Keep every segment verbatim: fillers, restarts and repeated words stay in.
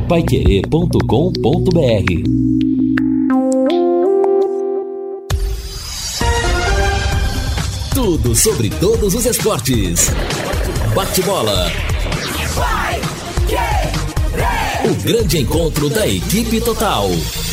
paiquerê ponto com ponto br. Tudo sobre todos os esportes. Bate-bola. O grande encontro da equipe total.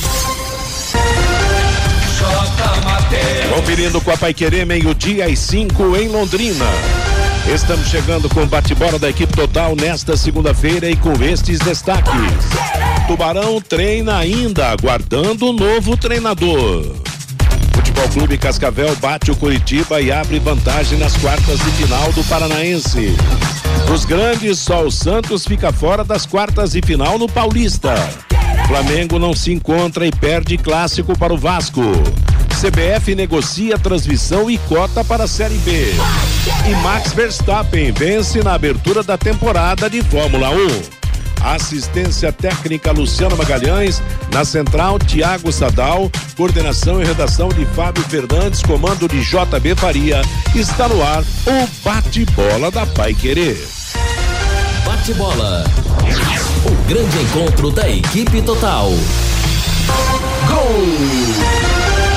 Conferindo com a Paiquerê, meio-dia e cinco em Londrina. Estamos chegando com o bate-bola da equipe total nesta segunda-feira e com estes destaques. Tubarão treina ainda, aguardando o novo treinador. Futebol Clube Cascavel bate o Curitiba e abre vantagem nas quartas de final do Paranaense. Os grandes, só o Santos fica fora das quartas de final no Paulista. Flamengo não se encontra e perde clássico para o Vasco. C B F negocia transmissão e cota para a Série B. E Max Verstappen vence na abertura da temporada de Fórmula um. Assistência técnica Luciano Magalhães, na central Tiago Sadal, coordenação e redação de Fábio Fernandes, comando de J B Faria. Está no ar o bate-bola da Paiquerê. Bate-bola. O grande encontro da equipe total. Gol!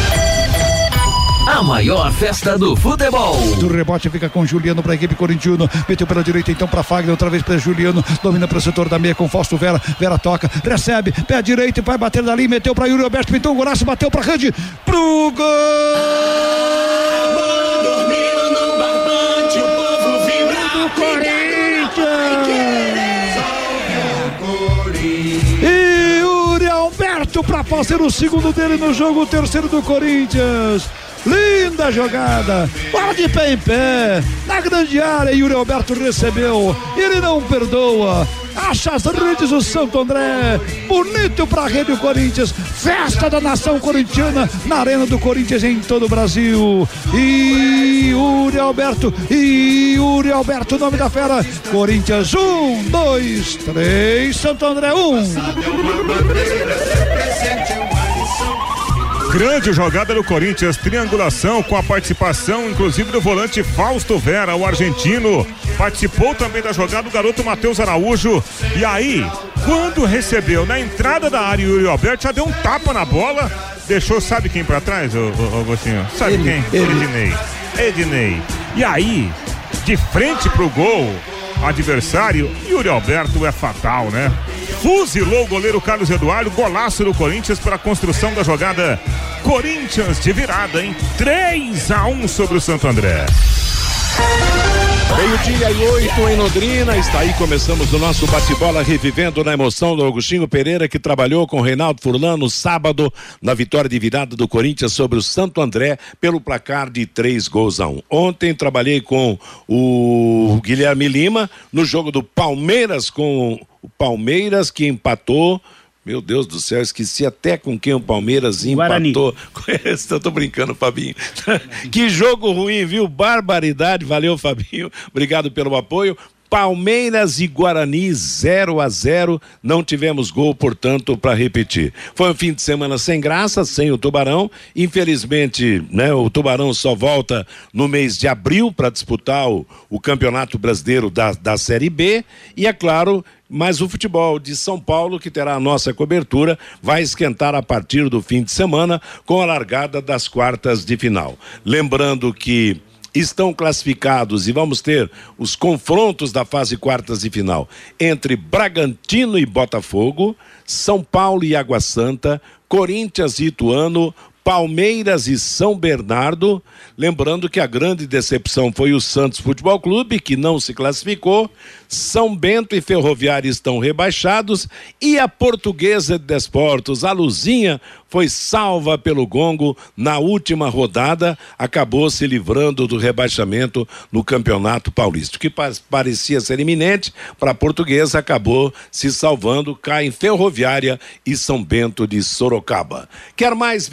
A maior festa do futebol. Do rebote fica com Juliano para a equipe corintiana. Meteu pela direita então para Fagner, outra vez para Juliano. Domina para o setor da meia com Fausto Vera. Vera toca, recebe, pé direito e vai bater dali. Meteu para Yuri Alberto, pintou o golaço, bateu para rede. Pro gol! Dormindo no barbante, o povo vibra. Do Corinthians! E Yuri Alberto para fazer o segundo dele no jogo, o terceiro do Corinthians. Linda jogada, bola de pé em pé, na grande área, Yuri Alberto recebeu, ele não perdoa, acha as redes o Santo André, bonito pra rede do Corinthians, festa da nação corintiana, na arena do Corinthians em todo o Brasil, e Yuri Alberto, e Yuri Alberto, nome da fera, Corinthians um, dois, três, Santo André um. Grande jogada do Corinthians, triangulação com a participação inclusive do volante Fausto Vera, o argentino. Participou também da jogada o garoto Matheus Araújo. E aí, quando recebeu na entrada da área, o Yuri Alberto já deu um tapa na bola. Deixou, sabe quem pra trás, ô, ô, ô Agostinho? Sabe ele, quem? Ele. Ednei. Ednei. E aí, de frente pro gol adversário, Yuri Alberto é fatal, né? Fuzilou o goleiro Carlos Eduardo, golaço do Corinthians para a construção da jogada. Corinthians de virada em três a um sobre o Santo André. Meio-dia e oito em Londrina, está aí, começamos o nosso bate-bola revivendo na emoção do Agostinho Pereira, que trabalhou com o Reinaldo Furlan no sábado na vitória de virada do Corinthians sobre o Santo André pelo placar de três gols a um. Ontem trabalhei com o Guilherme Lima no jogo do Palmeiras com o Palmeiras que empatou. Meu Deus do céu, esqueci até com quem o Palmeiras empatou. Eu tô brincando, Fabinho. Que jogo ruim, viu? Barbaridade. Valeu, Fabinho. Obrigado pelo apoio. Palmeiras e Guarani zero a zero, não tivemos gol, portanto, para repetir. Foi um fim de semana sem graça, sem o Tubarão. Infelizmente, né, o Tubarão só volta no mês de abril para disputar o, o Campeonato Brasileiro da, da Série B. E é claro, mas o futebol de São Paulo, que terá a nossa cobertura, vai esquentar a partir do fim de semana com a largada das quartas de final. Lembrando que estão classificados e vamos ter os confrontos da fase quartas de final entre Bragantino e Botafogo, São Paulo e Água Santa, Corinthians e Ituano, Palmeiras e São Bernardo. Lembrando que a grande decepção foi o Santos Futebol Clube, que não se classificou. São Bento e Ferroviária estão rebaixados e a Portuguesa de Desportos, a Luzinha, foi salva pelo gongo na última rodada, acabou se livrando do rebaixamento no Campeonato Paulista. O que parecia ser iminente para a Portuguesa acabou se salvando, cai em Ferroviária e São Bento de Sorocaba. Quer mais velocidade?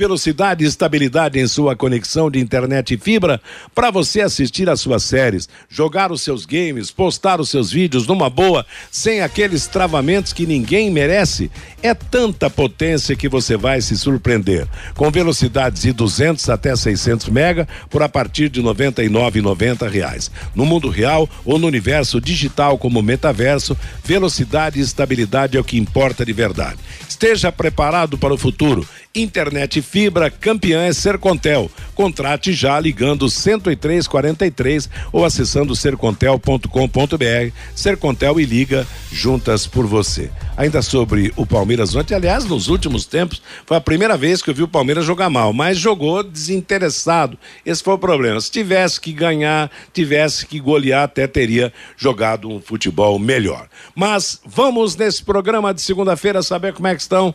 velocidade e estabilidade em sua conexão de internet e fibra para você assistir às suas séries, jogar os seus games, postar os seus vídeos numa boa, sem aqueles travamentos que ninguém merece. É tanta potência que você vai se surpreender. Com velocidades de duzentos até seiscentos mega por a partir de noventa e nove reais e noventa centavos. No mundo real ou no universo digital como metaverso, velocidade e estabilidade é o que importa de verdade. Esteja preparado para o futuro. Internet fibra campeã é Sercontel. Contrate já ligando cento e três quarenta e três ou acessando sercontel ponto com ponto br. Sercontel e liga juntas por você. Ainda sobre o Palmeiras ontem, aliás, nos últimos tempos, foi a primeira vez que eu vi o Palmeiras jogar mal, mas jogou desinteressado. Esse foi o problema. Se tivesse que ganhar, tivesse que golear, até teria jogado um futebol melhor. Mas vamos nesse programa de segunda-feira saber como é que estão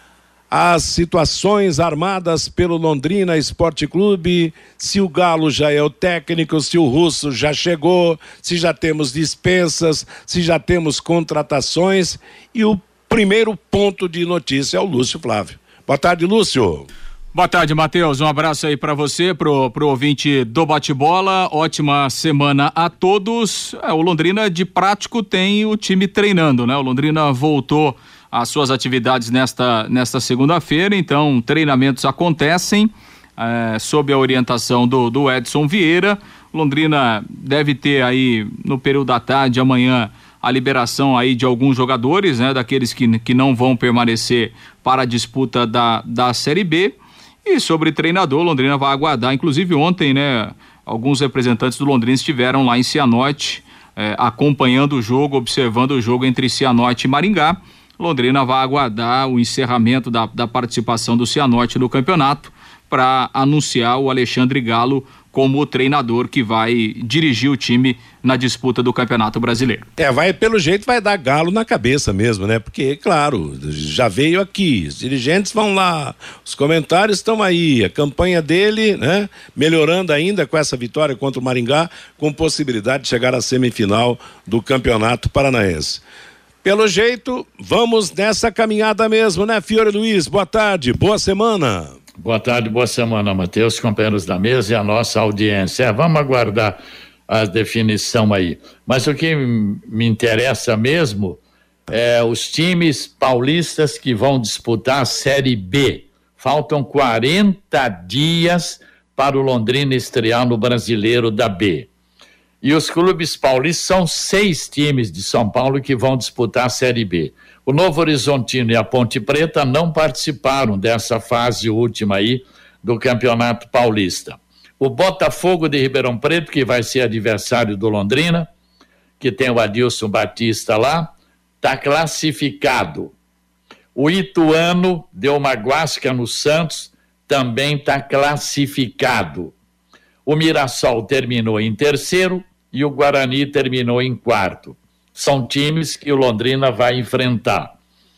as situações armadas pelo Londrina Esporte Clube, se o Galo já é o técnico, se o Russo já chegou, se já temos dispensas, se já temos contratações, e o primeiro ponto de notícia é o Lúcio Flávio. Boa tarde, Lúcio. Boa tarde, Matheus. Um abraço aí para você, pro, pro ouvinte do Bate-Bola. Ótima semana a todos. É, o Londrina de prático tem o time treinando, né? O Londrina voltou às suas atividades nesta, nesta segunda-feira, então treinamentos acontecem é, sob a orientação do, do Edson Vieira. Londrina deve ter aí no período da tarde, amanhã, a liberação aí de alguns jogadores, né? Daqueles que, que não vão permanecer para a disputa da, da Série B. E sobre treinador, Londrina vai aguardar. Inclusive ontem, né? Alguns representantes do Londrina estiveram lá em Cianorte, eh, acompanhando o jogo, observando o jogo entre Cianorte e Maringá. Londrina vai aguardar o encerramento da, da participação do Cianorte no campeonato para anunciar o Alexandre Galo como o treinador que vai dirigir o time na disputa do Campeonato Brasileiro. É, vai, pelo jeito vai dar Galo na cabeça mesmo, né? Porque, claro, já veio aqui, os dirigentes vão lá, os comentários estão aí, a campanha dele, né? Melhorando ainda com essa vitória contra o Maringá, com possibilidade de chegar à semifinal do Campeonato Paranaense. Pelo jeito, vamos nessa caminhada mesmo, né, Fiore Luiz? Boa tarde, boa semana. Boa tarde, boa semana, Matheus, companheiros da mesa e a nossa audiência. É, vamos aguardar a definição aí. Mas o que me interessa mesmo é os times paulistas que vão disputar a Série B. Faltam quarenta dias para o Londrina estrear no Brasileiro da B. E os clubes paulistas são seis times de São Paulo que vão disputar a Série B. O Novo Horizontino e a Ponte Preta não participaram dessa fase última aí do Campeonato Paulista. O Botafogo de Ribeirão Preto, que vai ser adversário do Londrina, que tem o Adilson Batista lá, está classificado. O Ituano deu uma guasca no Santos, também está classificado. O Mirassol terminou em terceiro e o Guarani terminou em quarto. São times que o Londrina vai enfrentar.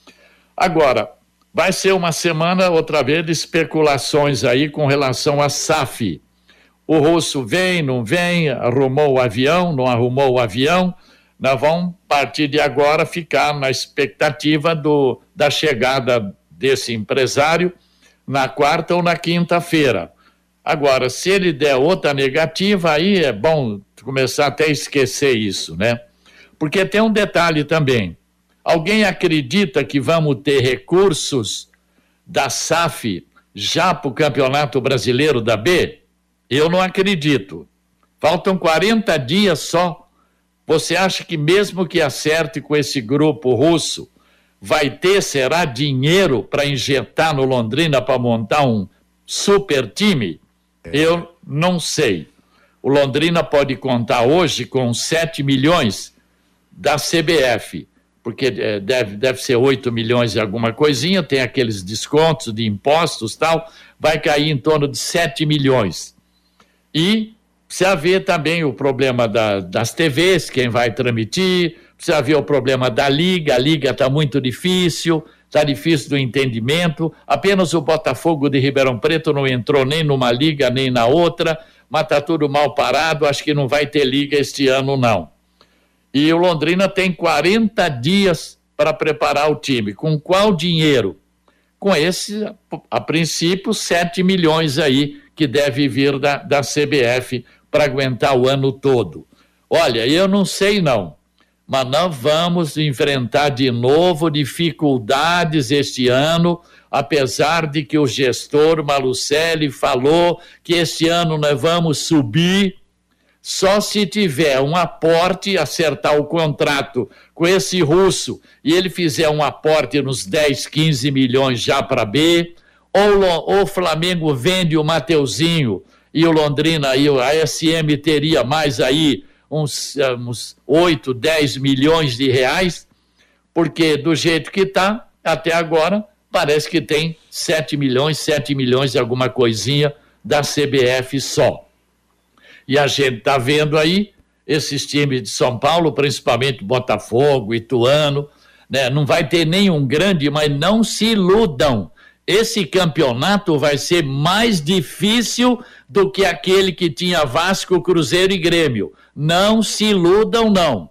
Agora, vai ser uma semana, outra vez, de especulações aí com relação a S A F. O Russo vem, não vem, arrumou o avião, não arrumou o avião. Nós vamos, a partir de agora, ficar na expectativa do, da chegada desse empresário na quarta ou na quinta-feira. Agora, se ele der outra negativa, aí é bom começar até a esquecer isso, né? Porque tem um detalhe também. Alguém acredita que vamos ter recursos da S A F já para o Campeonato Brasileiro da B? Eu não acredito. Faltam quarenta dias só. Você acha que mesmo que acerte com esse grupo russo, vai ter, será, dinheiro para injetar no Londrina para montar um super time? Eu não sei. O Londrina pode contar hoje com sete milhões da C B F, porque é, deve, deve ser oito milhões e alguma coisinha, tem aqueles descontos de impostos e tal, vai cair em torno de sete milhões. E precisa ver também o problema da, das T Vs, quem vai transmitir, precisa ver o problema da Liga, a Liga está muito difícil, está difícil do entendimento, apenas o Botafogo de Ribeirão Preto não entrou nem numa liga nem na outra, mas está tudo mal parado, acho que não vai ter liga este ano não. E o Londrina tem quarenta dias para preparar o time. Com qual dinheiro? com esse, a princípio, sete milhões aí que deve vir da, da C B F para aguentar o ano todo. Olha, eu não sei não, mas nós vamos enfrentar de novo dificuldades este ano, apesar de que o gestor Malucelli falou que este ano nós vamos subir. Só se tiver um aporte, acertar o contrato com esse russo e ele fizer um aporte nos dez, quinze milhões já para B, ou o Flamengo vende o Mateuzinho e o Londrina e a S M teria mais aí uns, uns oito, dez milhões de reais, porque do jeito que está, até agora, parece que tem sete milhões, sete milhões e alguma coisinha da C B F só. E a gente está vendo aí esses times de São Paulo, principalmente Botafogo, Ituano, né? Não vai ter nenhum grande, mas não se iludam. Esse campeonato vai ser mais difícil do que aquele que tinha Vasco, Cruzeiro e Grêmio. Não se iludam, não.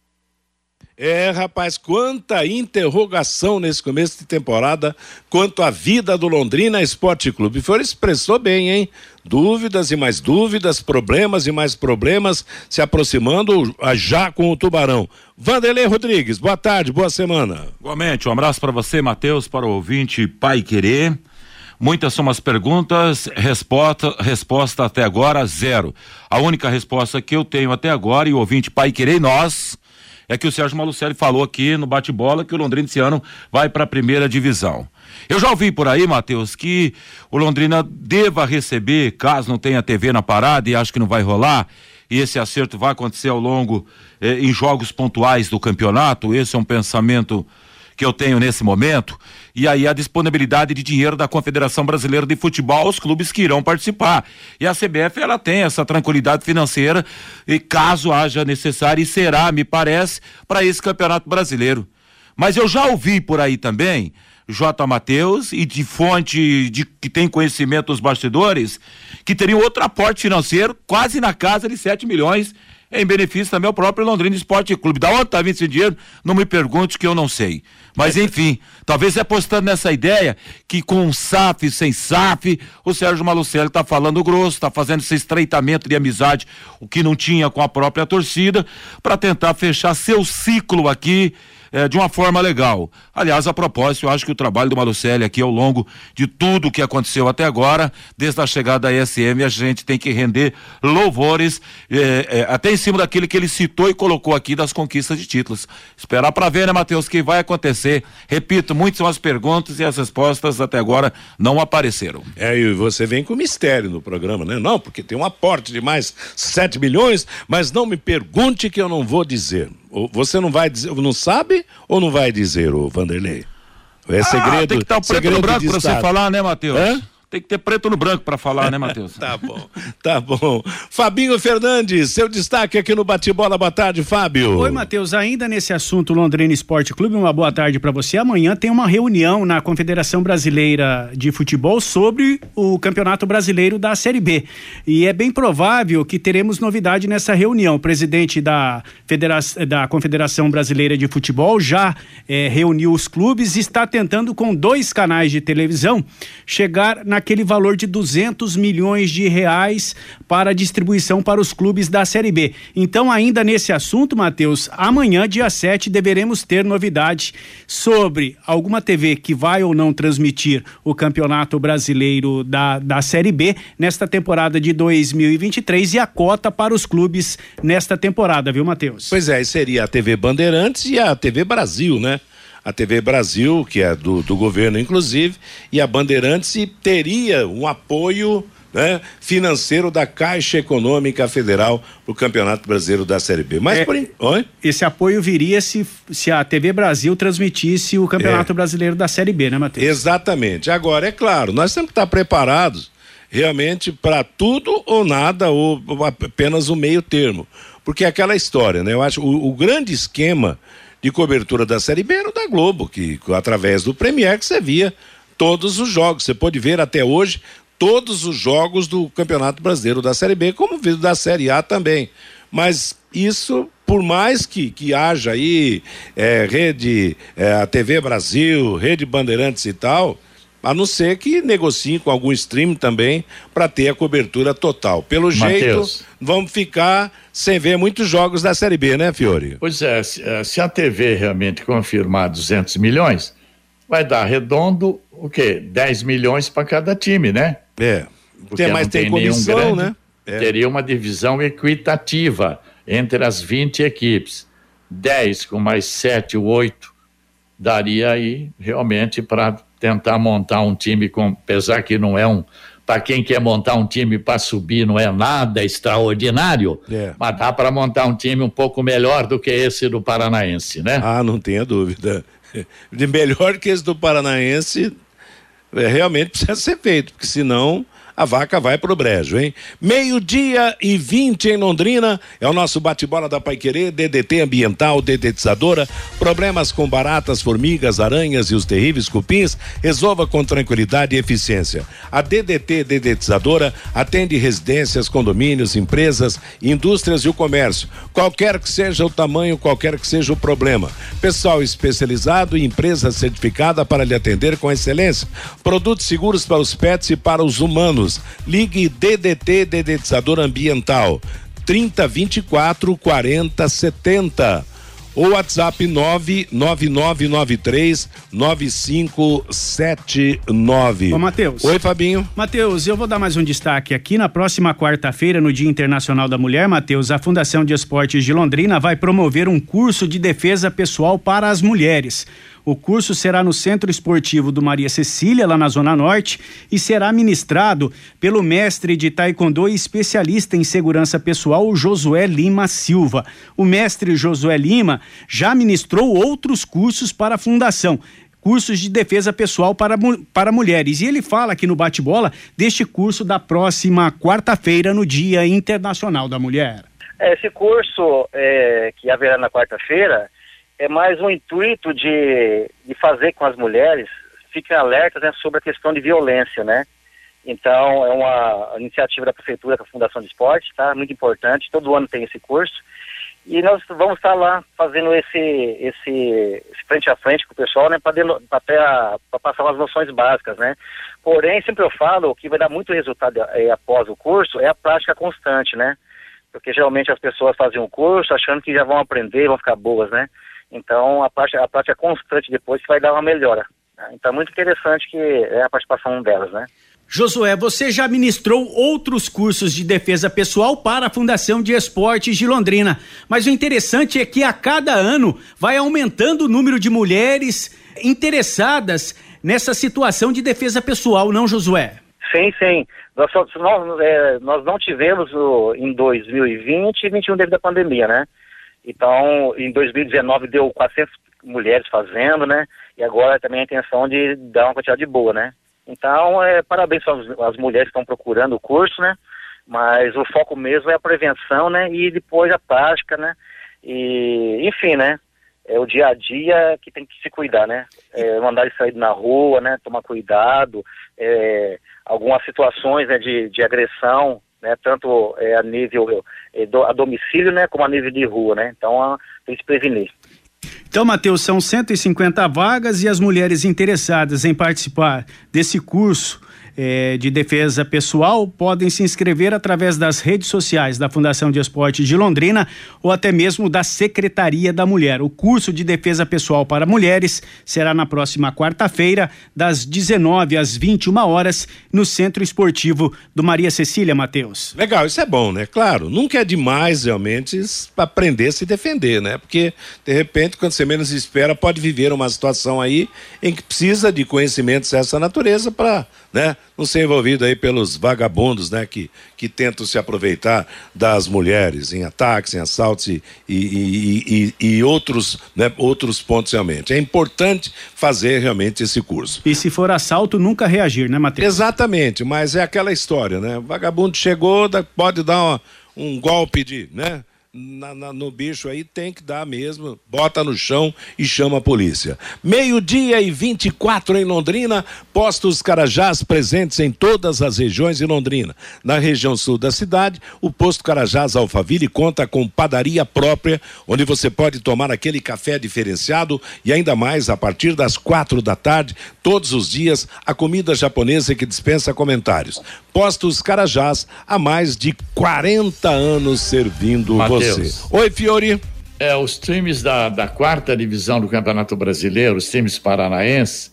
É, rapaz, quanta interrogação nesse começo de temporada quanto à vida do Londrina Esporte Clube. O senhor expressou bem, hein? Dúvidas e mais dúvidas, problemas e mais problemas se aproximando já com o Tubarão. Vanderlei Rodrigues, boa tarde, boa semana. Igualmente, um abraço para você, Matheus, para o ouvinte Pai Querer. Muitas são as perguntas, resposta, resposta até agora, zero. A única resposta que eu tenho até agora, e o ouvinte Pai Querer e nós, é que o Sérgio Malucelli falou aqui no bate-bola que o Londrina esse ano vai para a primeira divisão. Eu já ouvi por aí, Matheus, que o Londrina deva receber, caso não tenha T V na parada, e acho que não vai rolar, e esse acerto vai acontecer ao longo, eh, em jogos pontuais do campeonato. Esse é um pensamento que eu tenho nesse momento, e aí a disponibilidade de dinheiro da Confederação Brasileira de Futebol aos clubes que irão participar. E a C B F, ela tem essa tranquilidade financeira, e caso haja necessário, e será, me parece, para esse Campeonato Brasileiro. Mas eu já ouvi por aí também, J. Matheus, e de fonte de, que tem conhecimento dos bastidores, que teria outro aporte financeiro, quase na casa de sete milhões, em benefício também ao próprio Londrina Esporte Clube. Da onde está vindo esse dinheiro? Não me pergunte, que eu não sei. Mas enfim, talvez apostando nessa ideia que com S A F, sem S A F, o Sérgio Malucelli está falando grosso, está fazendo esse estreitamento de amizade, o que não tinha com a própria torcida, para tentar fechar seu ciclo aqui, É, de uma forma legal. Aliás, a propósito, eu acho que o trabalho do Malucelli aqui ao longo de tudo que aconteceu até agora, desde a chegada da E S M, a gente tem que render louvores, é, é, até em cima daquele que ele citou e colocou aqui das conquistas de títulos. Esperar para ver, né, Matheus, o que vai acontecer. Repito, muitas são as perguntas e as respostas até agora não apareceram. É, e você vem com mistério no programa, né? Não, porque tem um aporte de mais sete milhões, mas não me pergunte que eu não vou dizer. Você não vai dizer, não sabe ou não vai dizer, ô Vanderlei? É segredo. Ah, tem que estar o preto no branco para você falar, né, Matheus? Hã? Tem que ter preto no branco para falar, né, Matheus? Tá bom, tá bom. Fabinho Fernandes, seu destaque aqui no Bate-Bola. Boa tarde, Fábio. Oi, Matheus. Ainda nesse assunto Londrina Esporte Clube, uma boa tarde para você. Amanhã tem uma reunião na Confederação Brasileira de Futebol sobre o Campeonato Brasileiro da Série B. E é bem provável que teremos novidade nessa reunião. O presidente da, Federa... da Confederação Brasileira de Futebol já eh, reuniu os clubes e está tentando, com dois canais de televisão, chegar na aquele valor de duzentos milhões de reais para distribuição para os clubes da Série B. Então, ainda nesse assunto, Matheus, amanhã, dia sete, deveremos ter novidade sobre alguma T V que vai ou não transmitir o Campeonato Brasileiro da, da Série B nesta temporada de dois mil e vinte e três e a cota para os clubes nesta temporada, viu, Matheus? Pois é, seria a T V Bandeirantes e a T V Brasil, né? A T V Brasil, que é do, do governo inclusive, e a Bandeirantes, e teria um apoio, né, financeiro da Caixa Econômica Federal para o Campeonato Brasileiro da Série B. Mas é, por... Oi? Esse apoio viria se, se a T V Brasil transmitisse o Campeonato é. Brasileiro da Série B, né, Matheus? Exatamente. Agora, é claro, nós temos que estar preparados realmente para tudo ou nada, ou apenas o meio termo. Porque é aquela história, né? Eu acho o, o grande esquema de cobertura da Série B era o da Globo, que através do Premier que você via todos os jogos. Você pode ver até hoje todos os jogos do Campeonato Brasileiro da Série B, como visto da Série A também. Mas isso, por mais que, que haja aí é, rede, é, a T V Brasil, rede Bandeirantes e tal, A não ser que negociem com algum stream também para ter a cobertura total. Pelo Mateus. jeito, vamos ficar sem ver muitos jogos da Série B, né, Fiore? Pois é, se, se a T V realmente confirmar duzentos milhões, vai dar redondo o quê? dez milhões para cada time, né? É. Porque Tem, mas não tem, tem comissão, nenhum grande, né? É. Teria uma divisão equitativa entre as vinte equipes. dez com mais sete ou oito daria aí realmente para tentar montar um time, com, apesar que não é um, para quem quer montar um time para subir não é nada extraordinário, É. mas dá para montar um time um pouco melhor do que esse do Paranaense, né? Ah, não tenha dúvida. De melhor que esse do Paranaense, é, realmente precisa ser feito, porque senão a vaca vai pro brejo, hein? Meio-dia e vinte em Londrina, é o nosso bate-bola da Paiquerê, D D T ambiental, dedetizadora, problemas com baratas, formigas, aranhas e os terríveis cupins, resolva com tranquilidade e eficiência. A D D T dedetizadora atende residências, condomínios, empresas, indústrias e o comércio, qualquer que seja o tamanho, qualquer que seja o problema. Pessoal especializado e empresa certificada para lhe atender com excelência. Produtos seguros para os pets e para os humanos. Ligue D D T Dedetizador Ambiental trinta, vinte e quatro, quarenta, setenta ou WhatsApp nove nove nove nove três nove cinco sete nove. Ô, Matheus. Oi, Fabinho. Matheus, eu vou dar mais um destaque aqui. Na próxima quarta-feira, no Dia Internacional da Mulher, Matheus, a Fundação de Esportes de Londrina vai promover um curso de defesa pessoal para as mulheres. O curso será no Centro Esportivo do Maria Cecília, lá na Zona Norte, e será ministrado pelo mestre de Taekwondo e especialista em segurança pessoal, o Josué Lima Silva. O mestre Josué Lima já ministrou outros cursos para a Fundação, cursos de defesa pessoal para, para mulheres. E ele fala aqui no Bate-Bola deste curso da próxima quarta-feira, no Dia Internacional da Mulher. Esse curso é, que haverá na quarta-feira é mais um intuito de, de fazer com as mulheres fiquem alertas, né, sobre a questão de violência, né? Então, é uma iniciativa da Prefeitura com a Fundação de Esporte, tá? Muito importante, todo ano tem esse curso. E nós vamos estar lá fazendo esse, esse, esse frente a frente com o pessoal, né, para passar umas noções básicas, né? Porém, sempre eu falo, o que vai dar muito resultado é, após o curso é a prática constante, né? Porque geralmente as pessoas fazem um curso achando que já vão aprender, vão ficar boas, né? Então, a prática, a prática constante depois vai dar uma melhora. Né? Então, é muito interessante que é a participação delas, né? Josué, você já ministrou outros cursos de defesa pessoal para a Fundação de Esportes de Londrina, mas o interessante é que a cada ano vai aumentando o número de mulheres interessadas nessa situação de defesa pessoal, não, Josué? Sim, sim. Nós, nós, é, nós não tivemos o, em dois mil e vinte e vinte e um devido à pandemia, né? Então, em dois mil e dezenove deu quatrocentas mulheres fazendo, né? E agora também a intenção de dar uma quantidade boa, né? Então, é, parabéns às mulheres que estão procurando o curso, né? Mas o foco mesmo é a prevenção, né? E depois a prática, né? E, enfim, né? É o dia a dia que tem que se cuidar, né? É, mandar eles sair na rua, né? Tomar cuidado, é, algumas situações, né, de, de agressão, né, tanto é, a nível é, do, a domicílio, né, como a nível de rua, né, então a, tem que se prevenir. Então, Matheus, são cento e cinquenta vagas e as mulheres interessadas em participar desse curso é, de defesa pessoal podem se inscrever através das redes sociais da Fundação de Esportes de Londrina ou até mesmo da Secretaria da Mulher. O curso de defesa pessoal para mulheres será na próxima quarta-feira, das dezenove às vinte e uma horas, no Centro Esportivo do Maria Cecília, Matheus. Legal, isso é bom, né? Claro, nunca é demais realmente aprender a se defender, né? Porque, de repente, quando você menos espera, pode viver uma situação aí em que precisa de conhecimentos dessa natureza para, né, não ser envolvido aí pelos vagabundos, né, que, que tentam se aproveitar das mulheres em ataques, em assaltos e, e, e, e, e outros, né, outros pontos realmente. É importante fazer realmente esse curso. E se for assalto, nunca reagir, né, Matheus? Exatamente, mas é aquela história, né? O vagabundo chegou, pode dar uma, um golpe de, né? Na, na, no bicho aí tem que dar mesmo, bota no chão e chama a polícia. Meio-dia e vinte e quatro em Londrina, postos Carajás presentes em todas as regiões de Londrina. Na região sul da cidade, o posto Carajás Alphaville conta com padaria própria, onde você pode tomar aquele café diferenciado e ainda mais a partir das quatro da tarde, todos os dias, a comida japonesa que dispensa comentários. Postos Carajás, há mais de quarenta anos servindo Mateus. Você. Oi, Fiori. É, os times da, da quarta divisão do Campeonato Brasileiro, os times paranaenses,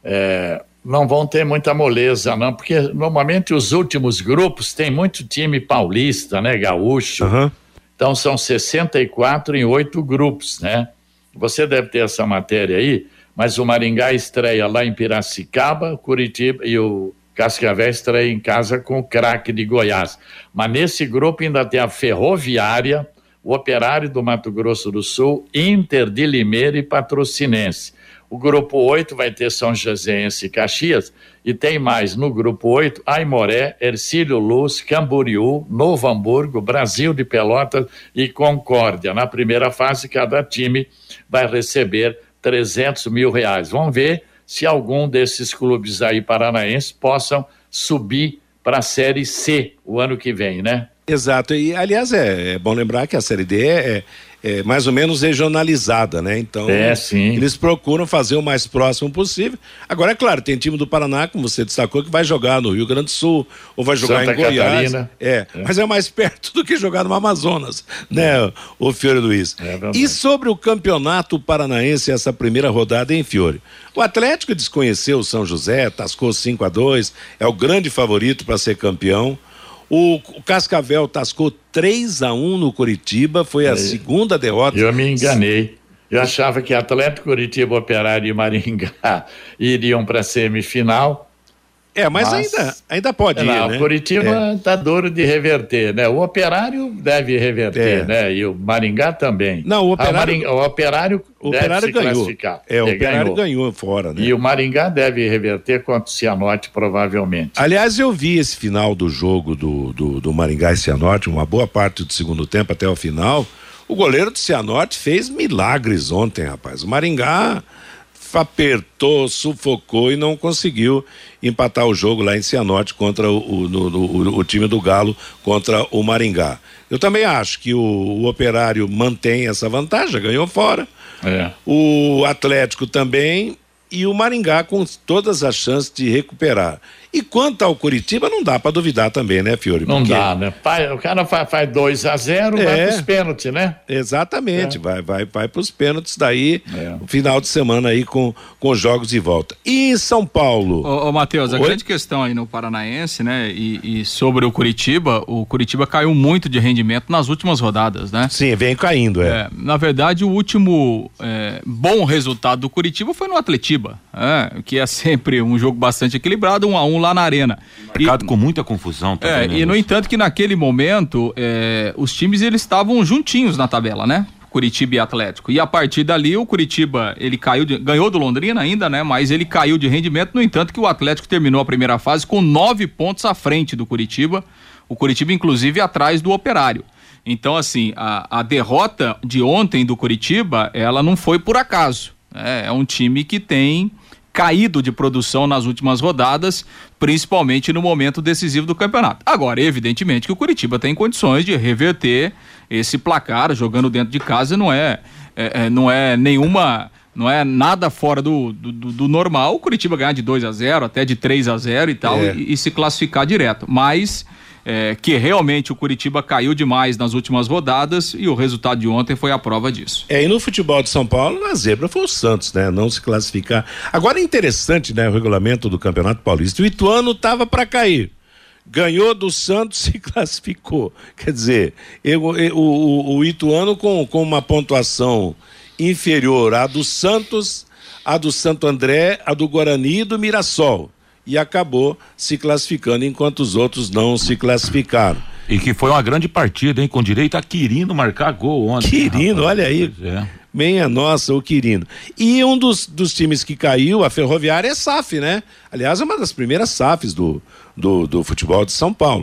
é, não vão ter muita moleza, não, porque normalmente os últimos grupos tem muito time paulista, né, gaúcho. Uhum. Então são sessenta e quatro em oito grupos, né? Você deve ter essa matéria aí, mas o Maringá estreia lá em Piracicaba, Curitiba e o Cascavel estreia em casa com o Craque de Goiás. Mas nesse grupo ainda tem a Ferroviária, o Operário do Mato Grosso do Sul, Inter de Limeira e Patrocinense. O grupo oito vai ter São Joséense e Caxias, e tem mais no grupo oito, Aimoré, Hercílio Luz, Camboriú, Novo Hamburgo, Brasil de Pelotas e Concórdia. Na primeira fase, cada time vai receber trezentos mil reais. Vamos ver se algum desses clubes aí paranaenses possam subir para a Série C o ano que vem, né? Exato, e aliás é, é bom lembrar que a Série D é, é mais ou menos regionalizada, né? Então é, sim. Eles procuram fazer o mais próximo possível. Agora, é claro, tem time do Paraná, como você destacou, que vai jogar no Rio Grande do Sul ou vai jogar Santa em Goiás. Catarina. É, é, mas é mais perto do que jogar no Amazonas, né, é. o Fiore Luiz? É e sobre o Campeonato Paranaense, essa primeira rodada, hein, Fiore? O Atlético desconheceu o São José, tascou cinco a dois, é o grande favorito para ser campeão. O, o Cascavel tascou três a um no Curitiba, foi a é. segunda derrota. Eu me enganei. Eu achava que Atlético, Curitiba, Operário e Maringá iriam para a semifinal. É, mas, mas ainda, ainda pode não, ir, né? O Curitiba está é. duro de reverter, né? O Operário deve reverter, é. né? E o Maringá também. Não, o Operário... Ah, o, Maringá, o Operário o deve operário se ganhou. classificar. É, o Operário ganhou. ganhou fora, né? E o Maringá deve reverter contra o Cianorte, provavelmente. Aliás, eu vi esse final do jogo do, do, do Maringá e Cianorte, uma boa parte do segundo tempo até o final. O goleiro do Cianorte fez milagres ontem, rapaz. O Maringá apertou, sufocou e não conseguiu empatar o jogo lá em Cianorte contra o, o, no, no, o time do Galo contra o Maringá. Eu também acho que o, o Operário mantém essa vantagem, ganhou fora. É. O Atlético também e o Maringá com todas as chances de recuperar. E quanto ao Curitiba, não dá para duvidar também, né, Fiore? Não Porque... dá, né? O cara faz dois a zero, é, vai pros pênaltis, né? Exatamente, é. vai, vai, vai pros pênaltis daí, é. o final de semana aí com, com jogos de volta. E em São Paulo? Ô, ô Matheus, a Oi? grande questão aí no Paranaense, né, e, e sobre o Curitiba, o Curitiba caiu muito de rendimento nas últimas rodadas, né? Sim, vem caindo, é. é na verdade, o último é, bom resultado do Curitiba foi no Atletiba, é, que é sempre um jogo bastante equilibrado, um a um lá na Arena. Marcado e, com muita confusão também. É, né, e no entanto que naquele momento é, os times eles estavam juntinhos na tabela, né? Curitiba e Atlético. E a partir dali o Curitiba, ele caiu, de, ganhou do Londrina ainda, né? Mas ele caiu de rendimento, no entanto que o Atlético terminou a primeira fase com nove pontos à frente do Curitiba. O Curitiba inclusive atrás do Operário. Então assim, a, a derrota de ontem do Curitiba, ela não foi por acaso. É, é um time que tem caído de produção nas últimas rodadas, principalmente no momento decisivo do campeonato. Agora, evidentemente que o Curitiba tem condições de reverter esse placar, jogando dentro de casa, não é, é, é não é nenhuma, não é nada fora do, do, do normal, o Curitiba ganhar de dois a zero, até de três a zero e tal, é. e, e se classificar direto, mas é, que realmente o Curitiba caiu demais nas últimas rodadas e o resultado de ontem foi a prova disso. É, e no futebol de São Paulo, a zebra foi o Santos, né? Não se classificar. Agora é interessante, né? O regulamento do Campeonato Paulista. O Ituano tava para cair. Ganhou do Santos, se classificou. Quer dizer, eu, eu, o, o Ituano com, com uma pontuação inferior à do Santos, à do Santo André, à do Guarani e do Mirassol. E acabou se classificando, enquanto os outros não se classificaram. E que foi uma grande partida, hein? Com direito a Quirino marcar gol ontem. Quirino, olha aí. É. Meia nossa, o Quirino. E um dos, dos times que caiu, a Ferroviária, é S A F, né? Aliás, é uma das primeiras S A Fs do, do, do futebol de São Paulo.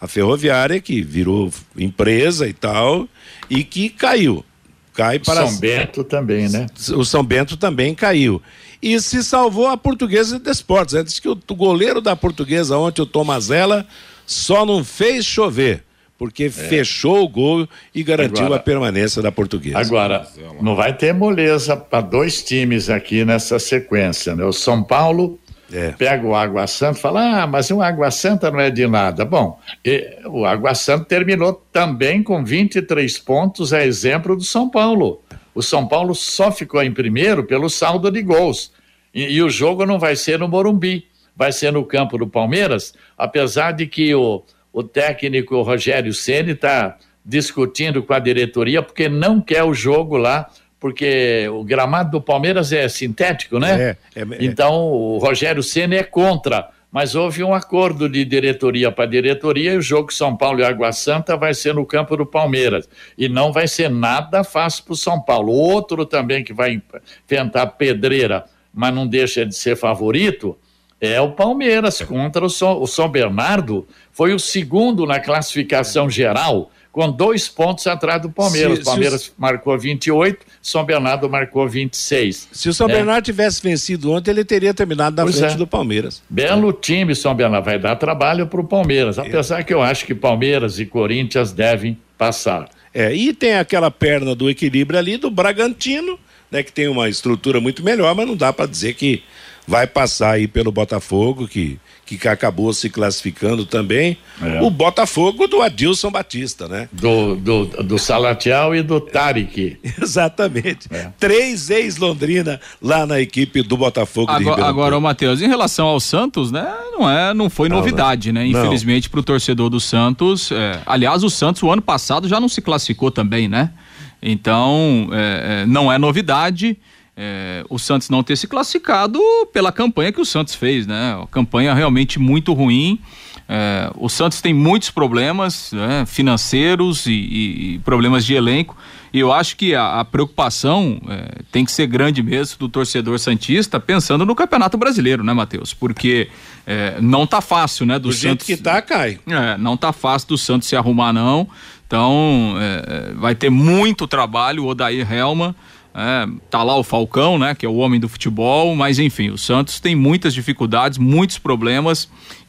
A Ferroviária que virou empresa e tal, e que caiu. Cai para São Bento também, né? O São Bento também caiu. E se salvou a Portuguesa de Desportos. Né? Diz que o, o goleiro da Portuguesa ontem, o Tomazella, só não fez chover, porque é. fechou o gol e garantiu agora, a permanência da Portuguesa. Agora, não vai ter moleza para dois times aqui nessa sequência, né? O São Paulo é. pega o Água Santa e fala, ah, mas o Água Santa não é de nada. Bom, e, o Água Santa terminou também com vinte e três pontos, a exemplo do São Paulo. O São Paulo só ficou em primeiro pelo saldo de gols. E, e o jogo não vai ser no Morumbi, vai ser no campo do Palmeiras, apesar de que o, o técnico Rogério Ceni está discutindo com a diretoria porque não quer o jogo lá, porque o gramado do Palmeiras é sintético, né? É, é, é. Então o Rogério Ceni é contra, mas houve um acordo de diretoria para diretoria e o jogo São Paulo e Água Santa vai ser no campo do Palmeiras e não vai ser nada fácil para o São Paulo. Outro também que vai enfrentar pedreira, mas não deixa de ser favorito, é o Palmeiras contra o São, o São Bernardo, foi o segundo na classificação geral, com dois pontos atrás do Palmeiras. O Palmeiras se, marcou vinte e oito, São Bernardo marcou vinte e seis. Se o São é. Bernardo tivesse vencido ontem, ele teria terminado na pois frente é. do Palmeiras. Belo é. time, São Bernardo, vai dar trabalho para o Palmeiras, apesar é. que eu acho que Palmeiras e Corinthians devem passar. É, e tem aquela perna do equilíbrio ali do Bragantino, né, que tem uma estrutura muito melhor, mas não dá para dizer que vai passar aí pelo Botafogo, que, que acabou se classificando também. É. O Botafogo do Adilson Batista, né? Do, do, do Salatiel e do Tarek. É. Exatamente. É. Três ex-Londrina lá na equipe do Botafogo agora, de Ribeirão Preto. Agora, Matheus, em relação ao Santos, né? Não, é, não foi não, novidade, não. né? Infelizmente para o torcedor do Santos. É, aliás, o Santos o ano passado já não se classificou também, né? Então, é, é, não é novidade. É, o Santos não ter se classificado pela campanha que o Santos fez, né? Uma campanha realmente muito ruim. É, o Santos tem muitos problemas, né, financeiros e, e, e problemas de elenco, e eu acho que a, a preocupação é, tem que ser grande mesmo do torcedor santista, pensando no Campeonato Brasileiro, né, Matheus? Porque é, não tá fácil, né? Do, do Santos, jeito que tá, cai. É, não tá fácil do Santos se arrumar, não. Então, é, vai ter muito trabalho. O Odair Helman, é, tá lá o Falcão, né, que é o homem do futebol, mas enfim, o Santos tem muitas dificuldades, muitos problemas,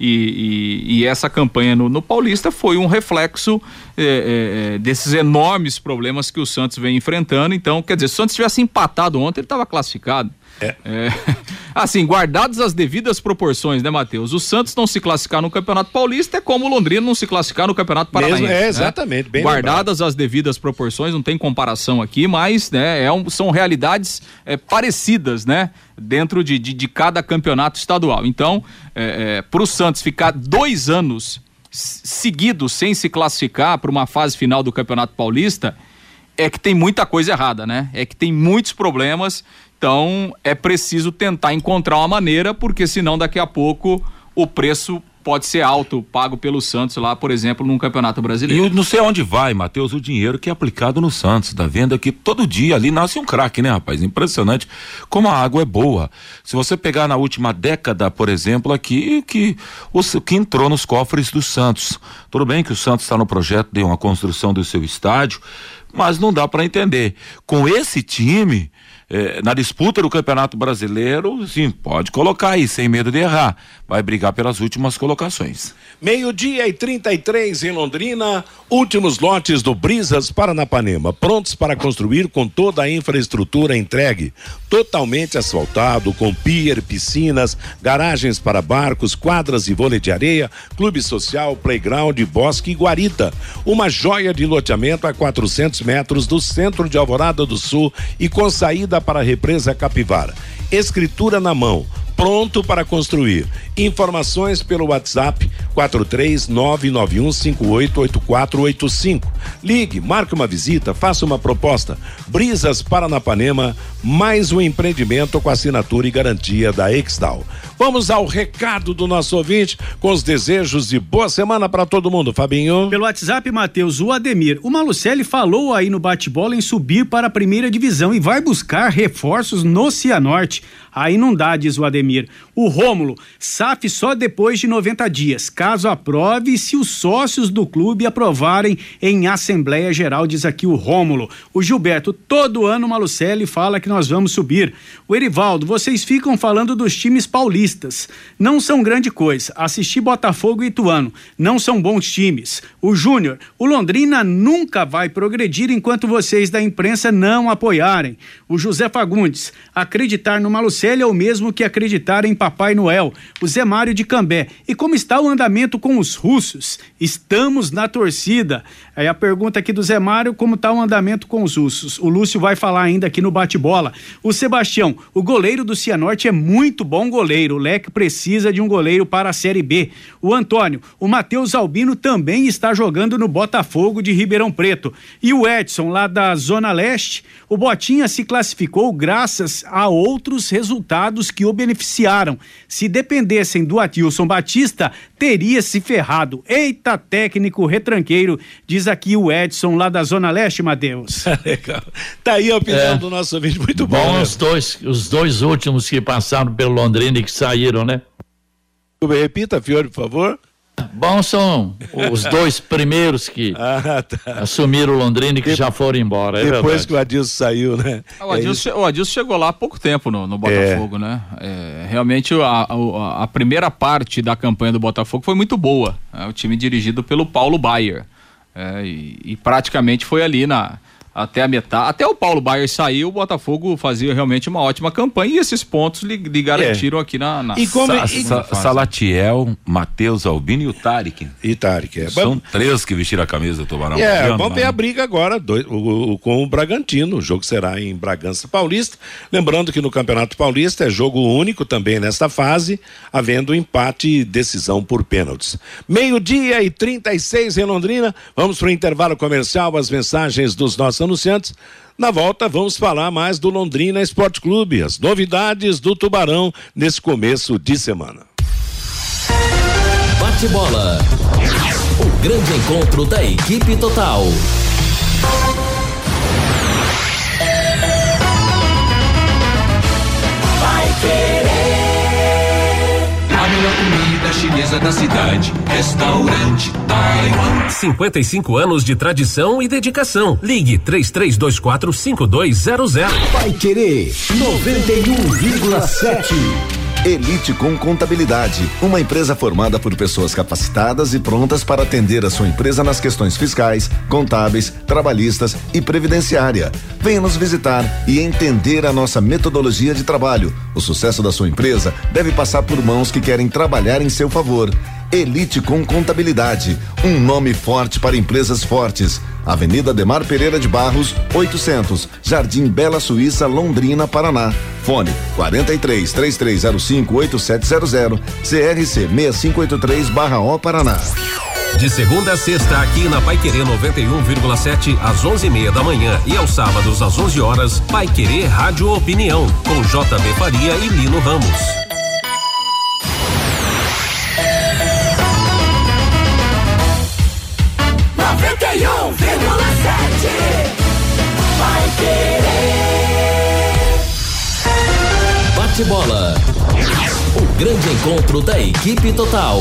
e, e, e essa campanha no, no Paulista foi um reflexo é, é, desses enormes problemas que o Santos vem enfrentando. Então, quer dizer, se o Santos tivesse empatado ontem, ele estava classificado. É. É, assim, guardadas as devidas proporções, né, Matheus? O Santos não se classificar no Campeonato Paulista é como o Londrina não se classificar no Campeonato Paranaense. Mesmo, é, exatamente. Né? Bem guardadas lembrado. As devidas proporções, não tem comparação aqui, mas né, é um, são realidades é, parecidas, né? Dentro de, de, de cada campeonato estadual. Então, é, é, para o Santos ficar dois anos seguidos sem se classificar para uma fase final do Campeonato Paulista, é que tem muita coisa errada, né? É que tem muitos problemas. Então, é preciso tentar encontrar uma maneira, porque senão daqui a pouco o preço pode ser alto, pago pelo Santos lá, por exemplo, num Campeonato Brasileiro. E eu não sei onde vai, Matheus, o dinheiro que é aplicado no Santos, tá vendo aqui todo dia ali nasce um craque, né, rapaz? Impressionante como a água é boa. Se você pegar na última década, por exemplo, aqui, que, o, que entrou nos cofres do Santos. Tudo bem que o Santos está no projeto de uma construção do seu estádio, mas não dá para entender. Com esse time, É, na disputa do Campeonato Brasileiro, sim, pode colocar aí, sem medo de errar. Vai brigar pelas últimas colocações. Meio-dia e trinta e três em Londrina, últimos lotes do Brisas Paranapanema, prontos para construir com toda a infraestrutura entregue. Totalmente asfaltado, com pier, piscinas, garagens para barcos, quadras de vôlei de areia, clube social, playground, bosque e guarita. Uma joia de loteamento a quatrocentos metros do centro de Alvorada do Sul e com saída para a represa Capivara. Escritura na mão, pronto para construir. Informações pelo WhatsApp quatro três nove nove um cinco oito oito quatro oito cinco. Ligue, marque uma visita, faça uma proposta. Brisas Paranapanema, mais um empreendimento com assinatura e garantia da Exdal. Vamos ao recado do nosso ouvinte com os desejos de boa semana para todo mundo, Fabinho. Pelo WhatsApp, Matheus, o Ademir. O Malucelli falou aí no bate-bola em subir para a primeira divisão e vai buscar reforços no Cianorte. Aí não dá, diz o Ademir. O Rômulo, S A F só depois de noventa dias, caso aprove, se os sócios do clube aprovarem em Assembleia Geral, diz aqui o Rômulo. O Gilberto, todo ano o Malucelli fala que nós vamos subir. O Erivaldo, vocês ficam falando dos times paulistas. Não são grande coisa. Assisti Botafogo e Ituano. Não são bons times. O Júnior, o Londrina nunca vai progredir enquanto vocês da imprensa não apoiarem. O José Fagundes, acreditar no Malucelli é o mesmo que acreditar em Papai Noel. O Zé Mário de Cambé. E como está o andamento com os russos? Estamos na torcida. Aí a pergunta aqui do Zé Mário, como está o andamento com os russos? O Lúcio vai falar ainda aqui no bate-bola. O Sebastião, o goleiro do Cianorte é muito bom goleiro. O Leque precisa de um goleiro para a Série B. O Antônio, o Matheus Albino também está jogando no Botafogo de Ribeirão Preto. E o Edson, lá da Zona Leste, o Botinha se classificou graças a outros resultados que o beneficiaram. Se dependessem do Atilson Batista, teria se ferrado. Eita, técnico retranqueiro, diz aqui o Edson, lá da Zona Leste, Matheus. Legal. Tá aí a opinião é. do nosso ouvinte, muito bom. Bom, né? os dois, os dois últimos que passaram pelo Londrina e que saíram, né? Repita, Fiore, por favor. Bom, são os dois primeiros que ah, tá. assumiram o Londrina e que de, já foram embora. É depois verdade. que o Adilson saiu, né? O Adilson, é o Adilson chegou lá há pouco tempo no, no Botafogo, é. né? É, realmente a, a, a primeira parte da campanha do Botafogo foi muito boa. É, o time dirigido pelo Paulo Baier. É, e, e praticamente foi ali na... até a metade, até o Paulo Baier sair, o Botafogo fazia realmente uma ótima campanha e esses pontos lhe, lhe garantiram é. aqui na, na e como Sa e, Sa Salatiel, Matheus Albino e o Tarek. E Tarek, é. São Bom, três que vestiram a camisa do Tubarão. É, vamos lá, ver né? a briga agora dois, o, o, com o Bragantino, o jogo será em Bragança Paulista, lembrando que no Campeonato Paulista é jogo único também nesta fase, havendo empate e decisão por pênaltis. Meio-dia e trinta e seis em Londrina, vamos para o intervalo comercial, as mensagens dos nossos anunciantes. Na volta vamos falar mais do Londrina Esporte Clube, as novidades do Tubarão nesse começo de semana. Bate-bola, o grande encontro da equipe total. Vai querer a melhor comida chinesa da cidade. Restaurante Taiwan. cinquenta e cinco anos de tradição e dedicação. Ligue três três dois quatro cinco dois zero zero. Vai querer noventa e um vírgula sete. Elite com Contabilidade, uma empresa formada por pessoas capacitadas e prontas para atender a sua empresa nas questões fiscais, contábeis, trabalhistas e previdenciária. Venha nos visitar e entender a nossa metodologia de trabalho. O sucesso da sua empresa deve passar por mãos que querem trabalhar em seu favor. Elite com Contabilidade, um nome forte para empresas fortes. Avenida Ademar Pereira de Barros, oitocentos, Jardim Bela Suíça, Londrina, Paraná. Fone quarenta e três, três três zero cinco, oito sete zero zero, C R C seis cinco oito três barra O Paraná. De segunda a sexta, aqui na Paiquerê noventa e um vírgula sete, às onze e meia da manhã e aos sábados às onze horas, Paiquerê Rádio Opinião, com J B Faria e Lino Ramos. noventa e um vírgula sete Vai querer. Bate-bola, o grande encontro da equipe total.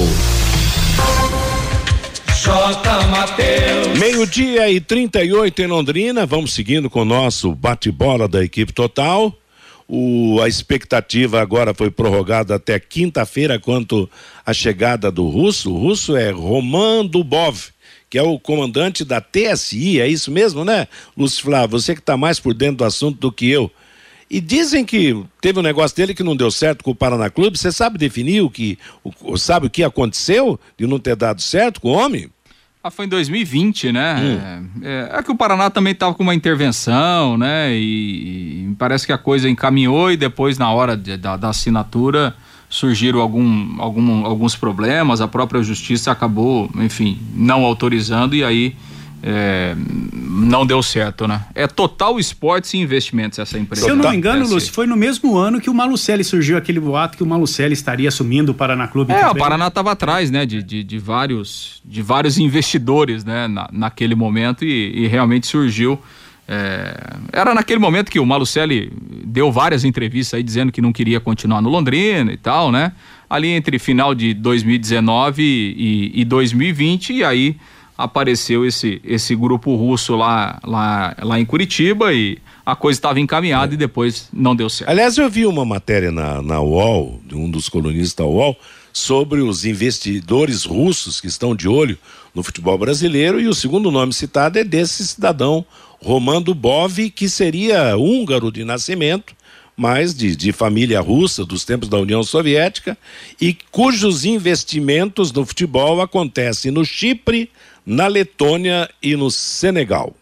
J. Mateus. Meio-dia e trinta e oito em Londrina, vamos seguindo com o nosso bate-bola da equipe total. O, a expectativa agora foi prorrogada até quinta-feira quanto à chegada do russo. O russo é Roman Dubov, que é o comandante da T S I, é isso mesmo, né, Lúcio Flávio? Você que está mais por dentro do assunto do que eu. E dizem que teve um negócio dele que não deu certo com o Paraná Clube. Você sabe definir o que, o, sabe o que aconteceu de não ter dado certo com o homem? Ah, foi em dois mil e vinte, né? Hum. É, é que o Paraná também estava com uma intervenção, né? E, e parece que a coisa encaminhou e depois, na hora de, da, da assinatura, surgiram algum, algum, alguns problemas. A própria justiça acabou, enfim, não autorizando e aí É, não deu certo, né? É Total Esportes e Investimentos essa empresa. Se eu não me engano, Lúcio, foi no mesmo ano que o Malucelli surgiu aquele boato que o Malucelli estaria assumindo o Paraná Clube. É, também. O Paraná estava atrás, né? De, de, de, vários, de vários investidores, né? Na, naquele momento e, e realmente surgiu. É, era naquele momento que o Malucelli deu várias entrevistas aí dizendo que não queria continuar no Londrina e tal, né? Ali entre final de dois mil e dezenove e, e dois mil e vinte, e aí apareceu esse, esse grupo russo lá, lá, lá em Curitiba e a coisa estava encaminhada é. e depois não deu certo. Aliás, eu vi uma matéria na, na U O L, de um dos colunistas da U O L, sobre os investidores russos que estão de olho no futebol brasileiro, e o segundo nome citado é desse cidadão, Roman Dubov, que seria húngaro de nascimento, mas de, de família russa, dos tempos da União Soviética, e cujos investimentos no futebol acontecem no Chipre, na Letônia e no Senegal.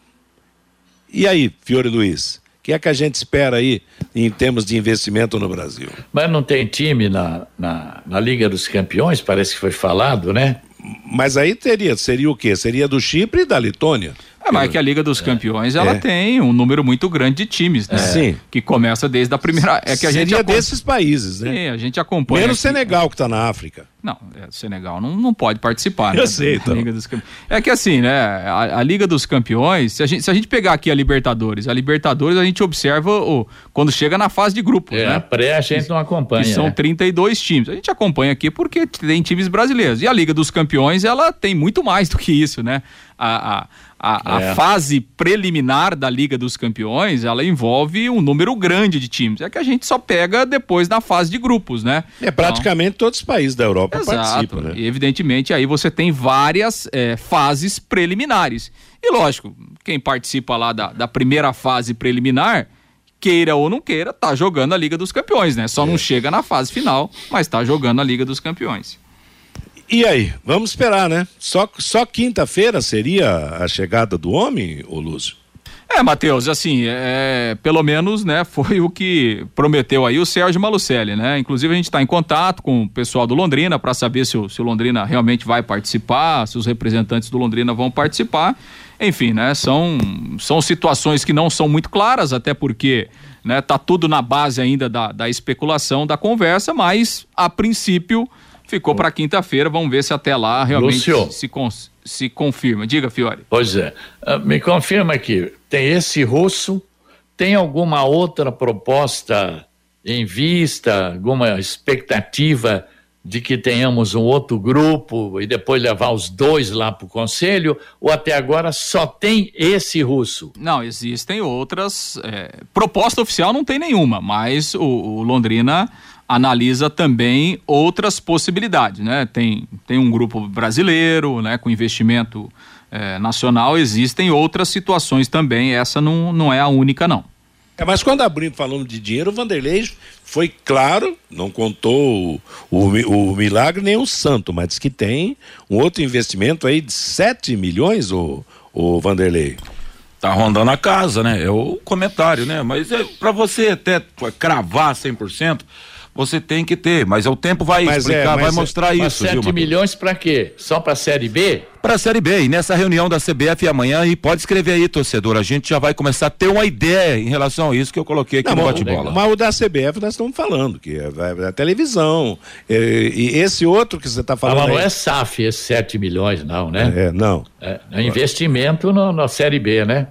E aí, Fiore Luiz, o que é que a gente espera aí em termos de investimento no Brasil? Mas não tem time na, na, na Liga dos Campeões, parece que foi falado, né? Mas aí teria, seria o quê? Seria do Chipre e da Letônia. É, mas é que a Liga dos Campeões, ela é. tem um número muito grande de times, né? Sim. Que começa desde a primeira... É que a seria gente acompanha... desses países, né? Sim, a gente acompanha... Menos aqui... Senegal, que está na África. Não, é, o Senegal não, não pode participar, né? Eu sei, então. Liga dos Campeões. É que assim, né? A, a Liga dos Campeões, se a, gente, se a gente pegar aqui a Libertadores, a Libertadores a gente observa o, quando chega na fase de grupos, é, né? A pré a gente não acompanha. Que são né? trinta e dois times. A gente acompanha aqui porque tem times brasileiros. E a Liga dos Campeões, ela tem muito mais do que isso, né? A... a A, é. a fase preliminar da Liga dos Campeões, ela envolve um número grande de times. É que a gente só pega depois na fase de grupos, né? É, praticamente então, todos os países da Europa exato, participam, né? E evidentemente aí você tem várias é, fases preliminares. E lógico, quem participa lá da, da primeira fase preliminar, queira ou não queira, tá jogando a Liga dos Campeões, né? Só é. não chega na fase final, mas tá jogando a Liga dos Campeões. E aí, vamos esperar, né? Só, só quinta-feira seria a chegada do homem, ô Lúcio? É, Matheus, assim, é, pelo menos, né, foi o que prometeu aí o Sérgio Malucelli, né? Inclusive a gente está em contato com o pessoal do Londrina para saber se o, se o Londrina realmente vai participar, se os representantes do Londrina vão participar. Enfim, né, são, são situações que não são muito claras, até porque, né, tá tudo na base ainda da, da especulação, da conversa, mas a princípio ficou para quinta-feira, vamos ver se até lá realmente se, con- se confirma. Diga, Fiore. Pois é, uh, me confirma aqui, tem esse russo, tem alguma outra proposta em vista, alguma expectativa de que tenhamos um outro grupo e depois levar os dois lá para o conselho, ou até agora só tem esse russo? Não, existem outras, é, proposta oficial não tem nenhuma, mas o, o Londrina analisa também outras possibilidades, né? Tem, tem um grupo brasileiro, né? Com investimento é, nacional, existem outras situações também, essa não, não é a única, não. É, mas quando abrimos falando de dinheiro, o Vanderlei foi claro, não contou o, o, o milagre nem o santo, mas diz que tem um outro investimento aí de sete milhões, o, o Vanderlei. Tá rondando a casa, né? É o comentário, né? Mas é, para você até cravar cem por cento, você tem que ter, mas o tempo vai mas explicar, é, vai mostrar é, isso. sete milhões para quê? Só para a Série B? Para a Série B, e nessa reunião da C B F amanhã, e pode escrever aí, torcedor, a gente já vai começar a ter uma ideia em relação a isso que eu coloquei aqui não, no bate-bola. Mas o da C B F nós estamos falando, que é, é a televisão, e, e esse outro que você está falando ah, mas não aí... é S A F, esses sete milhões não, né? É, não. É, é investimento no, na Série B, né?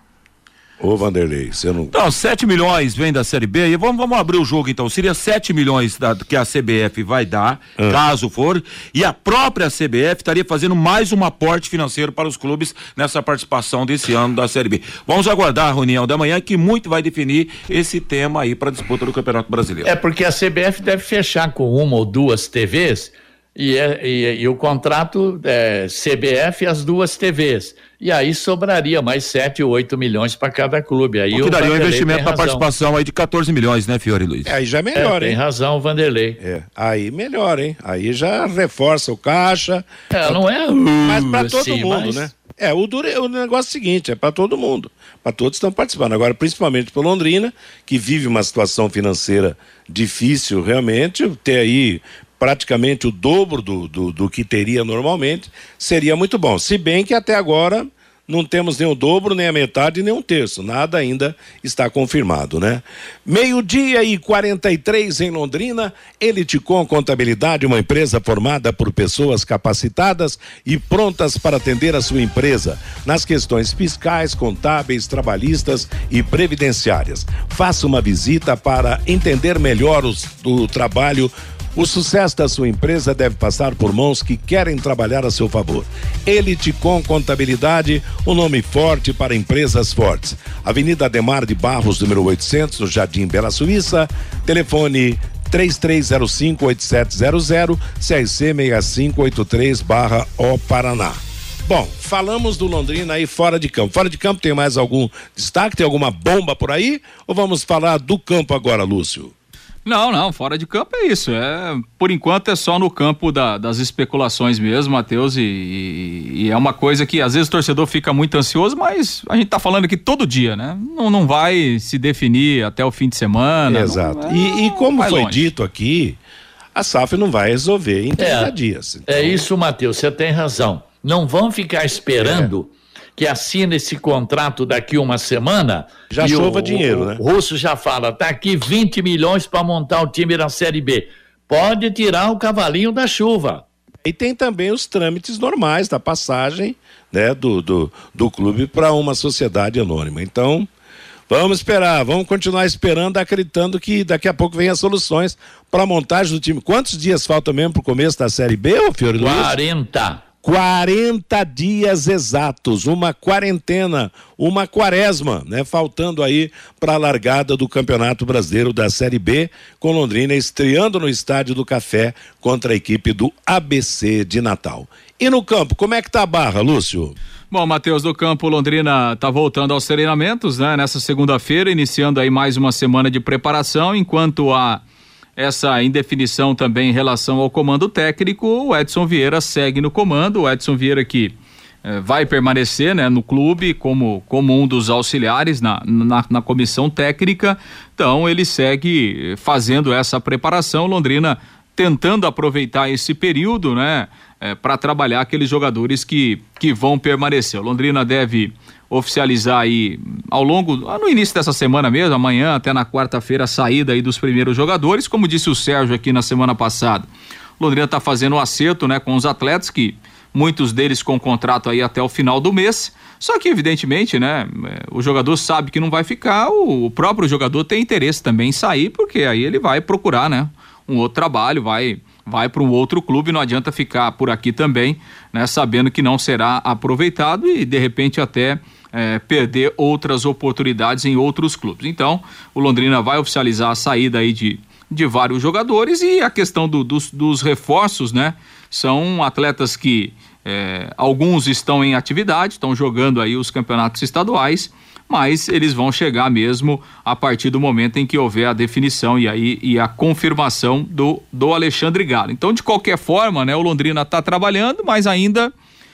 Ô Vanderlei, você não... Não, sete milhões vem da Série B, e vamos, vamos abrir o jogo então, seria sete milhões da, que a C B F vai dar, ah. caso for, e a própria C B F estaria fazendo mais um aporte financeiro para os clubes nessa participação desse ano da Série B. Vamos aguardar a reunião da manhã, que muito vai definir esse tema aí para a disputa do Campeonato Brasileiro. É porque a C B F deve fechar com uma ou duas T Vs, e, é, e, e o contrato é C B F e as duas T Vs. E aí sobraria mais sete ou oito milhões para cada clube. Aí o que daria um investimento da participação aí de quatorze milhões, né, Fiore Luiz? É, aí já melhora, é, hein? Tem razão o Vanderlei. É, aí melhora, hein? Aí já reforça o caixa. É, não é. Mas para todo sim, mundo, mas... né? É, o, dure, o negócio é o seguinte, é para todo mundo. Para todos estão participando. Agora, principalmente para Londrina, que vive uma situação financeira difícil realmente, ter aí praticamente o dobro do, do, do que teria normalmente, seria muito bom. Se bem que até agora não temos nem o dobro, nem a metade, nem um terço. Nada ainda está confirmado, né? Meio-dia e quarenta e três em Londrina. Eliticom Contabilidade, uma empresa formada por pessoas capacitadas e prontas para atender a sua empresa nas questões fiscais, contábeis, trabalhistas e previdenciárias. Faça uma visita para entender melhor os, o trabalho. O sucesso da sua empresa deve passar por mãos que querem trabalhar a seu favor. Eliticom Contabilidade, um nome forte para empresas fortes. Avenida Ademar de Barros, número oitocentos, no Jardim Bela Suíça. Telefone três três zero cinco, oito sete zero zero, C R C seis cinco oito três barra O Paraná. Bom, falamos do Londrina aí fora de campo. Fora de campo tem mais algum destaque? Tem alguma bomba por aí? Ou vamos falar do campo agora, Lúcio? Não, não, fora de campo é isso, é, por enquanto é só no campo da, das especulações mesmo, Matheus, e, e, e é uma coisa que às vezes o torcedor fica muito ansioso, mas a gente tá falando aqui todo dia, né? Não, não vai se definir até o fim de semana. Exato, não, é, e, e como foi longe. dito aqui, a S A F não vai resolver em trinta é, dias. Então... É isso, Matheus, você tem razão. Não vão ficar esperando é. que assine esse contrato daqui uma semana. Já chova o, dinheiro, o, né? O Russo já fala, tá aqui vinte milhões para montar o time da Série B. Pode tirar o cavalinho da chuva. E tem também os trâmites normais da passagem, né, do, do, do clube para uma sociedade anônima. Então, vamos esperar, vamos continuar esperando, acreditando que daqui a pouco vem as soluções para a montagem do time. Quantos dias falta mesmo para o começo da Série B, ô Fiore Luiz? quarenta. quarenta dias exatos, uma quarentena, uma quaresma, né? Faltando aí para a largada do Campeonato Brasileiro da Série B, com Londrina estreando no Estádio do Café contra a equipe do A B C de Natal. E no campo, como é que tá a barra, Lúcio? Bom, Matheus, do campo, Londrina tá voltando aos treinamentos, né? Nessa segunda-feira, iniciando aí mais uma semana de preparação, enquanto a essa indefinição também em relação ao comando técnico, o Edson Vieira segue no comando, o Edson Vieira que eh, vai permanecer, né, no clube como, como um dos auxiliares na, na, na comissão técnica, então ele segue fazendo essa preparação, Londrina tentando aproveitar esse período, né, eh, para trabalhar aqueles jogadores que, que vão permanecer. O Londrina deve oficializar aí ao longo, no início dessa semana mesmo, amanhã até na quarta-feira, a saída aí dos primeiros jogadores, como disse o Sérgio aqui na semana passada. O Londrina está fazendo um acerto, né, com os atletas, que muitos deles com contrato aí até o final do mês, só que evidentemente, né, o jogador sabe que não vai ficar, o próprio jogador tem interesse também em sair, porque aí ele vai procurar, né, um outro trabalho, vai vai para um outro clube, não adianta ficar por aqui também, né, sabendo que não será aproveitado e de repente até É, perder outras oportunidades em outros clubes. Então, o Londrina vai oficializar a saída aí de, de vários jogadores e a questão do, dos, dos reforços, né? São atletas que é, alguns estão em atividade, estão jogando aí os campeonatos estaduais, mas eles vão chegar mesmo a partir do momento em que houver a definição e aí e a confirmação do, do Alexandre Galo. Então, de qualquer forma, né? O Londrina está trabalhando, mas ainda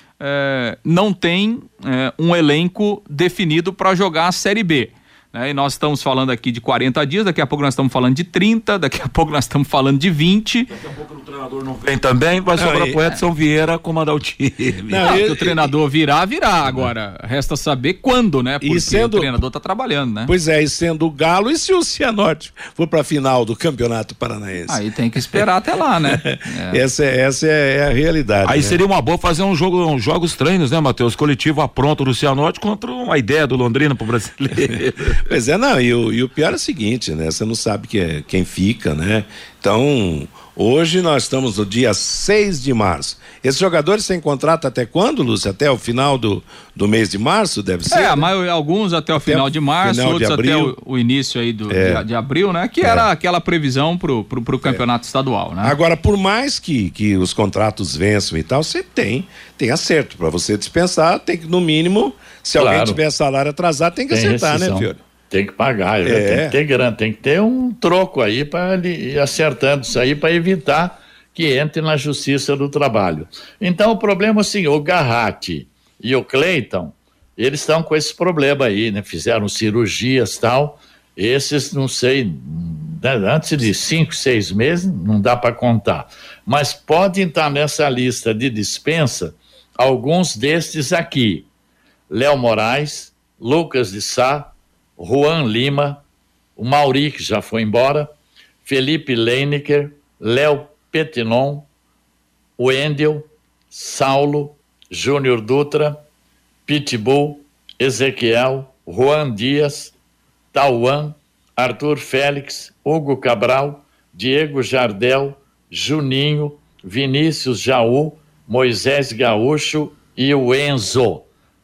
É, não tem é, um elenco definido para jogar a Série B, né? E nós estamos falando aqui de quarenta dias, daqui a pouco nós estamos falando de trinta, daqui a pouco nós estamos falando de vinte. Daqui a pouco o treinador não vem também, vai sobrar pro Edson Vieira comandar o time. Não, não, e, o treinador virar, virar. Agora, resta saber quando, né? Porque e sendo, o treinador tá trabalhando, né? Pois é, e sendo o Galo, e se o Cianorte for pra final do Campeonato Paranaense? Aí tem que esperar até lá, né? É. Essa, é, essa é a realidade. Aí né? seria uma boa fazer um jogo, uns jogos treinos, né, Matheus? Coletivo apronto do Cianorte contra uma ideia do Londrina pro brasileiro. Pois é, não, e o, e o pior é o seguinte, né? Você não sabe que é, quem fica, né? Então, hoje nós estamos no dia seis de março. Esses jogadores têm contrato até quando, Lúcio? Até o final do, do mês de março, deve ser? É, né? mas alguns até o até final de março, final outros de até o, o início aí do, é. de, de abril, né? Que é. era aquela previsão pro, pro, pro campeonato é. estadual, né? Agora, por mais que, que os contratos vençam e tal, você tem, tem acerto. Para você dispensar, tem que, no mínimo, se claro. alguém tiver salário atrasado, tem que tem acertar, rescisão. né, Fiore? Tem que pagar, é. tem que ter grana, tem que ter um troco aí para ir acertando isso aí para evitar que entre na Justiça do Trabalho. Então o problema é assim, o Garratti e o Cleiton, eles estão com esse problema aí, né? Fizeram cirurgias e tal, esses não sei, antes de cinco, seis meses, não dá para contar, mas podem estar nessa lista de dispensa alguns destes aqui. Léo Moraes, Lucas de Sá, Juan Lima, o Mauri, que já foi embora, Felipe Leinecker, Léo Petinon, Wendel, Saulo, Júnior Dutra, Pitbull, Ezequiel, Juan Dias, Tauan, Arthur Félix, Hugo Cabral, Diego Jardel, Juninho, Vinícius Jaú, Moisés Gaúcho e o Enzo.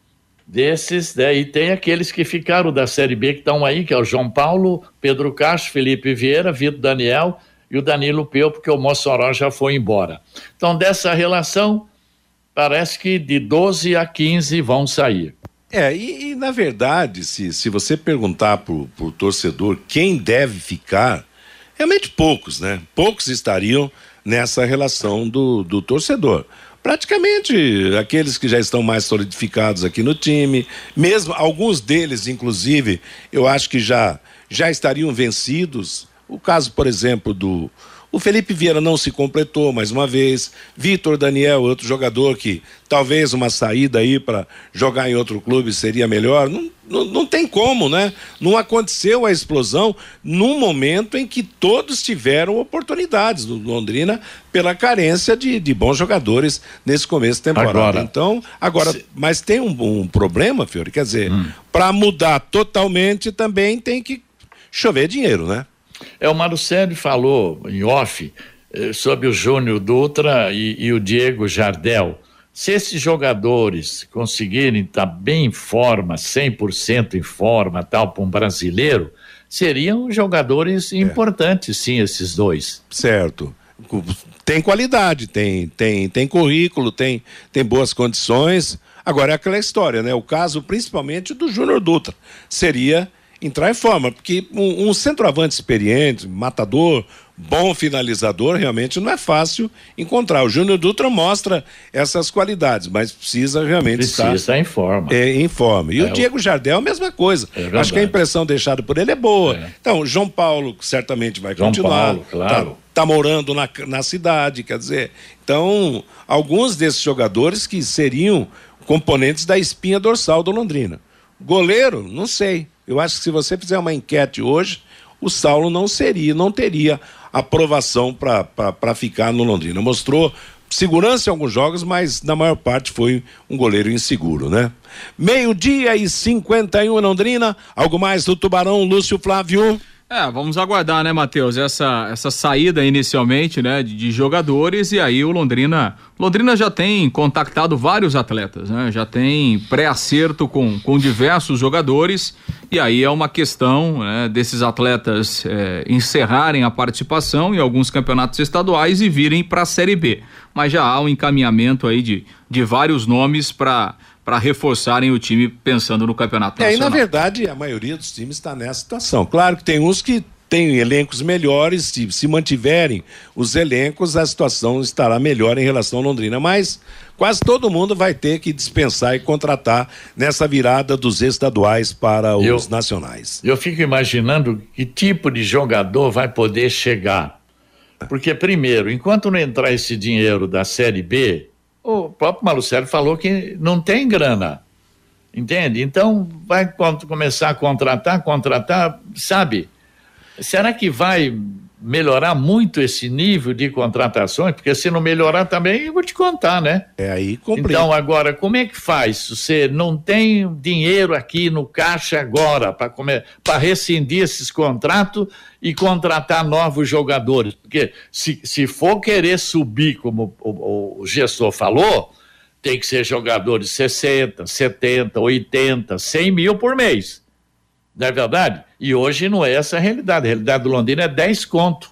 Desses, daí tem aqueles que ficaram da Série B que estão aí, que é o João Paulo, Pedro Castro, Felipe Vieira, Vitor Daniel e o Danilo Peu, porque o Mossoró já foi embora. Então, dessa relação, parece que de doze a quinze vão sair. É, e, e na verdade, se, se você perguntar pro, pro torcedor quem deve ficar, realmente poucos, né? Poucos estariam nessa relação do, do torcedor. Praticamente aqueles que já estão mais solidificados aqui no time, mesmo alguns deles, inclusive, eu acho que já, já estariam vencidos. O caso, por exemplo, do... O Felipe Vieira não se completou mais uma vez. Vitor Daniel, outro jogador que talvez uma saída aí para jogar em outro clube seria melhor. Não, não, não tem como, né? Não aconteceu a explosão num momento em que todos tiveram oportunidades no Londrina pela carência de, de bons jogadores nesse começo de temporada. Agora, então, agora, se... mas tem um, um problema, Fiore, quer dizer, hum. para mudar totalmente também tem que chover dinheiro, né? É, o Marucelli falou em off eh, sobre o Júnior Dutra e, e o Diego Jardel. Se esses jogadores conseguirem estar bem em forma, cem por cento em forma, tal, para um brasileiro, seriam jogadores é. importantes, sim, esses dois. Certo. Tem qualidade, tem, tem, tem currículo, tem, tem boas condições. Agora é aquela história, né? O caso principalmente do Júnior Dutra seria entrar em forma, porque um, um centroavante experiente, matador, bom finalizador, realmente não é fácil encontrar. O Júnior Dutra mostra essas qualidades, mas precisa realmente precisa estar, estar em forma. É, em forma. E é, o Diego Jardel, a mesma coisa. É Acho que a impressão deixada por ele é boa. É. Então, João Paulo certamente vai João continuar. Paulo, claro. Tá, tá morando na, na cidade, quer dizer. Então, alguns desses jogadores que seriam componentes da espinha dorsal do Londrina. Goleiro, não sei. Eu acho que se você fizer uma enquete hoje, o Saulo não seria, não teria aprovação para ficar no Londrina. Mostrou segurança em alguns jogos, mas na maior parte foi um goleiro inseguro, né? Meio-dia e cinquenta e um em Londrina. Algo mais do Tubarão, Lúcio Flávio? É, vamos aguardar, né, Matheus, essa, essa saída inicialmente, né, de, de jogadores, e aí o Londrina, Londrina já tem contactado vários atletas, né, já tem pré-acerto com, com diversos jogadores, e aí é uma questão, né, desses atletas é, encerrarem a participação em alguns campeonatos estaduais e virem para a Série B, mas já há um encaminhamento aí de, de vários nomes para para reforçarem o time pensando no campeonato nacional. É, e na verdade a maioria dos times está nessa situação. Claro que tem uns que têm elencos melhores, se, se mantiverem os elencos, a situação estará melhor em relação ao Londrina, mas quase todo mundo vai ter que dispensar e contratar nessa virada dos estaduais para os eu, nacionais. Eu fico imaginando que tipo de jogador vai poder chegar, porque primeiro, enquanto não entrar esse dinheiro da Série B, o próprio Malucelli falou que não tem grana, entende? Então vai começar a contratar, contratar, sabe? Será que vai melhorar muito esse nível de contratações? Porque se não melhorar também, eu vou te contar, né? É aí complica. Então agora, como é que faz? Você não tem dinheiro aqui no caixa agora para comer, para rescindir esses contratos e contratar novos jogadores? Porque se, se for querer subir, como o, o, o gestor falou, tem que ser jogadores sessenta, setenta, oitenta, cem mil por mês. Não é verdade? E hoje não é essa a realidade. A realidade do Londrina é dez conto.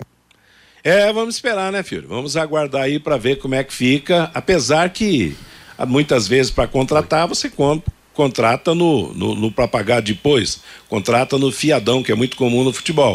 É, vamos esperar, né, filho? Vamos aguardar aí para ver como é que fica. Apesar que muitas vezes para contratar você compra, contrata no, no, no para pagar depois, contrata no fiadão, que é muito comum no futebol.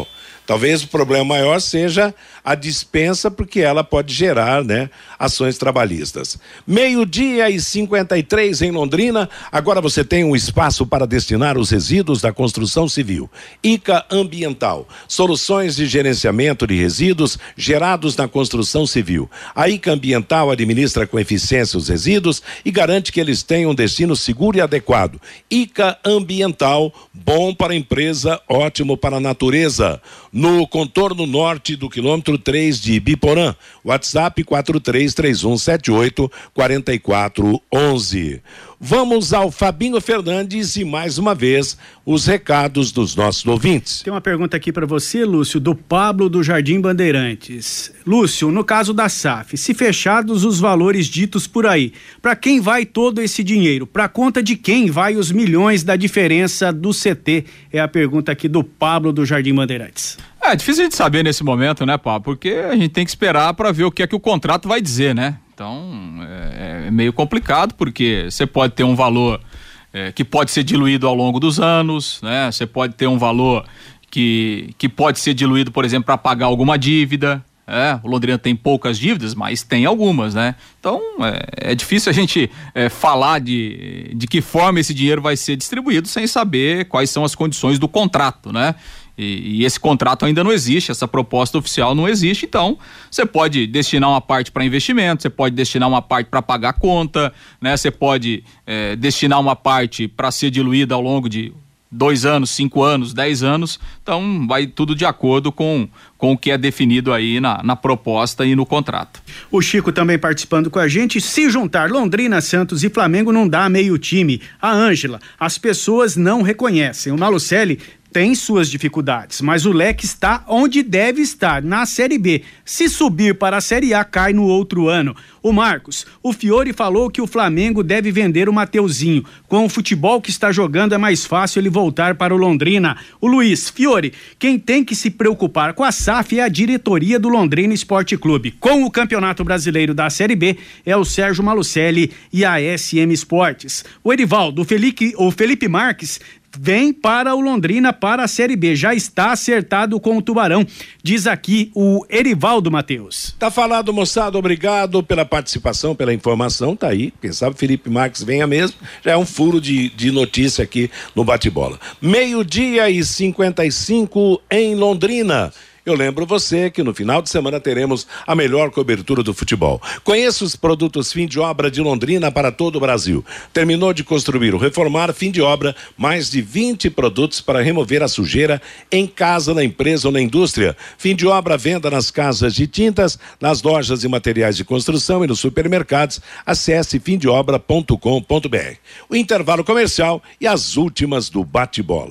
Talvez o problema maior seja a dispensa, porque ela pode gerar, né, ações trabalhistas. Meio-dia e cinquenta e três em Londrina. Agora você tem um espaço para destinar os resíduos da construção civil. ICA Ambiental, soluções de gerenciamento de resíduos gerados na construção civil. A ICA Ambiental administra com eficiência os resíduos e garante que eles tenham um destino seguro e adequado. ICA Ambiental, bom para a empresa, ótimo para a natureza. No contorno norte do quilômetro três de Ibiporã, WhatsApp quatro três três um sete oito quatro quatro um um. Vamos ao Fabinho Fernandes e mais uma vez os recados dos nossos ouvintes. Tem uma pergunta aqui para você, Lúcio, do Pablo do Jardim Bandeirantes. Lúcio, no caso da S A F, se fechados os valores ditos por aí, para quem vai todo esse dinheiro? Para conta de quem vai os milhões da diferença do C T? É a pergunta aqui do Pablo do Jardim Bandeirantes. É difícil a gente saber nesse momento, né, Pablo? Porque a gente tem que esperar para ver o que é que o contrato vai dizer, né? Então, é, é meio complicado, porque você pode ter um valor é, que pode ser diluído ao longo dos anos, né? Você pode ter um valor que, que pode ser diluído, por exemplo, para pagar alguma dívida. É, o Londrina tem poucas dívidas, mas tem algumas, né? Então, é, é difícil a gente é, falar de, de que forma esse dinheiro vai ser distribuído sem saber quais são as condições do contrato, né? E, e esse contrato ainda não existe, essa proposta oficial não existe, então você pode destinar uma parte para investimento, você pode destinar uma parte para pagar a conta, né? Você pode é, destinar uma parte para ser diluída ao longo de dois anos, cinco anos, dez anos, então vai tudo de acordo com, com o que é definido aí na, na proposta e no contrato. O Chico também participando com a gente. Se juntar Londrina, Santos e Flamengo não dá meio time. A Ângela, as pessoas não reconhecem. O Malucelli tem suas dificuldades, mas o leque está onde deve estar, na Série B. Se subir para a Série A, cai no outro ano. O Marcos, o Fiore falou que o Flamengo deve vender o Mateuzinho. Com o futebol que está jogando, é mais fácil ele voltar para o Londrina. O Luiz, Fiore, quem tem que se preocupar com a S A F é a diretoria do Londrina Esporte Clube. Com o Campeonato Brasileiro da Série B, é o Sérgio Malucelli e a S M Esportes. O Erivaldo, o Felipe, o Felipe Marques, vem para o Londrina para a Série B, já está acertado com o Tubarão, diz aqui o Erivaldo Matheus. Tá falado, moçada, obrigado pela participação, pela informação, tá aí, quem sabe Felipe Marques venha mesmo, já é um furo de, de notícia aqui no bate-bola. Meio-dia e cinquenta e cinco em Londrina. Eu lembro você que no final de semana teremos a melhor cobertura do futebol. Conheça os produtos fim de obra de Londrina para todo o Brasil. Terminou de construir ou reformar, fim de obra, mais de vinte produtos para remover a sujeira em casa, na empresa ou na indústria. Fim de obra, venda nas casas de tintas, nas lojas e materiais de construção e nos supermercados. Acesse fim de obra ponto com ponto b r. O intervalo comercial e as últimas do bate-bola.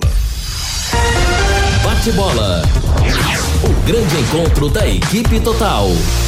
Bate-bola. O grande encontro da equipe total.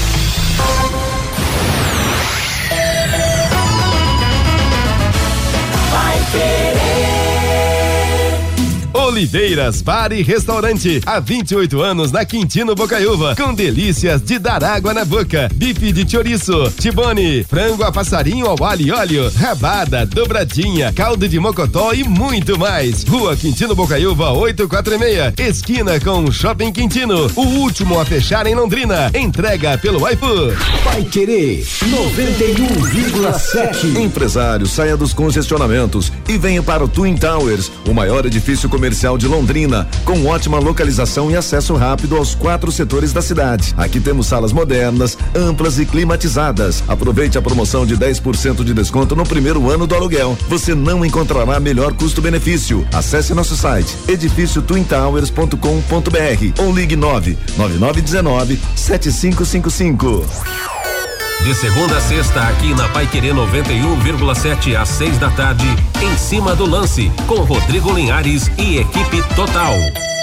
Vai querer. Oliveiras Bar e Restaurante, há vinte e oito anos na Quintino Bocaiúva, com delícias de dar água na boca, bife de chouriço, tibone, frango a passarinho ao alho e óleo, rabada, dobradinha, caldo de mocotó e muito mais. Rua Quintino Bocaiúva oitocentos e quarenta e seis, esquina com Shopping Quintino, o último a fechar em Londrina. Entrega pelo iFood. Vai querer noventa e um vírgula sete. Empresário, saia dos congestionamentos e venha para o Twin Towers, o maior edifício comercial de Londrina, com ótima localização e acesso rápido aos quatro setores da cidade. Aqui temos salas modernas, amplas e climatizadas. Aproveite a promoção de dez por cento de desconto no primeiro ano do aluguel. Você não encontrará melhor custo-benefício. Acesse nosso site edifício twin towers ponto com ponto b r ou ligue nove nove nove um nove sete cinco cinco cinco. De segunda a sexta, aqui na Paiquerê noventa e um vírgula sete às seis da tarde, em cima do lance, com Rodrigo Linhares e equipe total.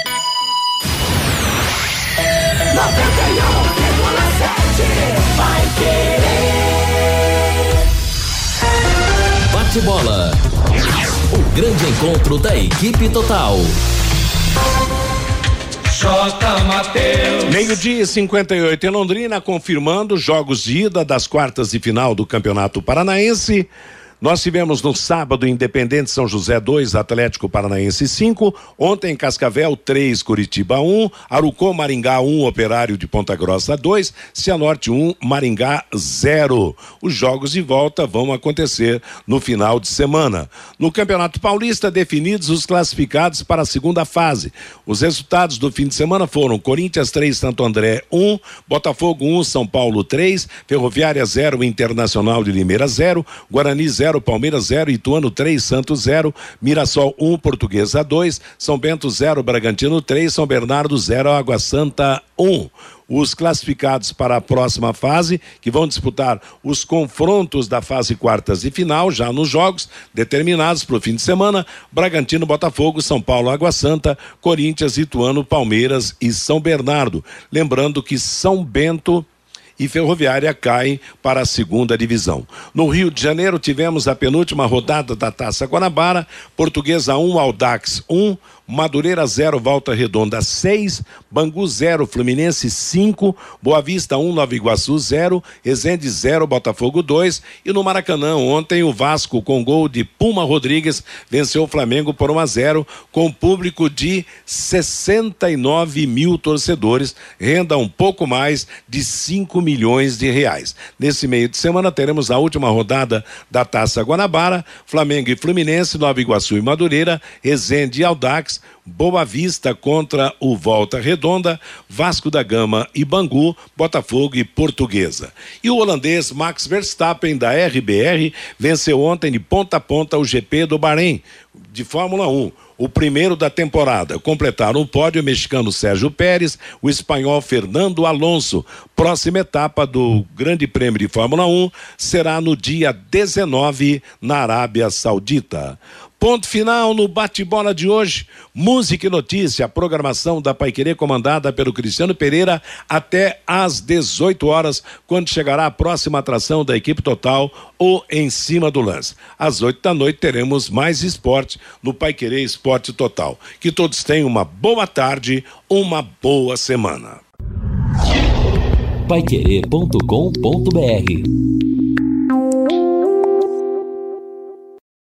noventa e um vírgula sete vai querer. Bate-bola. O grande encontro da equipe total. Meio-dia e cinquenta e oito em Londrina, confirmando jogos de ida das quartas de final do Campeonato Paranaense. Nós tivemos no sábado Independente São José dois, Atlético Paranaense cinco, ontem Cascavel três, Curitiba um, Arucó Maringá um, Operário de Ponta Grossa dois, Cianorte um, Maringá zero. Os jogos de volta vão acontecer no final de semana. No Campeonato Paulista, definidos os classificados para a segunda fase. Os resultados do fim de semana foram Corinthians três, Santo André um, Botafogo um, São Paulo três, Ferroviária zero, Internacional de Limeira zero, Guarani zero, Palmeiras zero, Ituano três, Santos zero, Mirassol um, Portuguesa dois, São Bento zero, Bragantino três, São Bernardo zero, Água Santa um. Os classificados para a próxima fase, que vão disputar os confrontos da fase quartas e final, já nos jogos determinados para o fim de semana: Bragantino, Botafogo, São Paulo, Água Santa, Corinthians, Ituano, Palmeiras e São Bernardo. Lembrando que São Bento e Ferroviária caem para a segunda divisão. No Rio de Janeiro tivemos a penúltima rodada da Taça Guanabara: Portuguesa um, Audax um, Madureira zero, Volta Redonda seis, Bangu zero, Fluminense cinco, Boa Vista um, Nova Iguaçu zero, Resende zero, Botafogo dois. E no Maracanã ontem o Vasco, com gol de Puma Rodrigues, venceu o Flamengo por um a zero, com público de sessenta e nove mil torcedores, renda um pouco mais de cinco milhões de reais. Nesse meio de semana teremos a última rodada da Taça Guanabara: Flamengo e Fluminense, Nova Iguaçu e Madureira, Resende e Audax, Boa Vista contra o Volta Redonda, Vasco da Gama e Bangu, Botafogo e Portuguesa. E o holandês Max Verstappen, da R B R, venceu ontem de ponta a ponta o G P do Bahrein de Fórmula um, o primeiro da temporada. Completaram o pódio o mexicano Sérgio Pérez, o espanhol Fernando Alonso. Próxima etapa do Grande Prêmio de Fórmula um será no dia dezenove, na Arábia Saudita. Ponto final no bate-bola de hoje. Música e notícia, a programação da Paiquerê comandada pelo Cristiano Pereira até às dezoito horas, quando chegará a próxima atração da equipe total, ou Em Cima do Lance. Às oito da noite teremos mais esporte no Paiquerê Esporte Total. Que todos tenham uma boa tarde, uma boa semana. paiquerê ponto com ponto br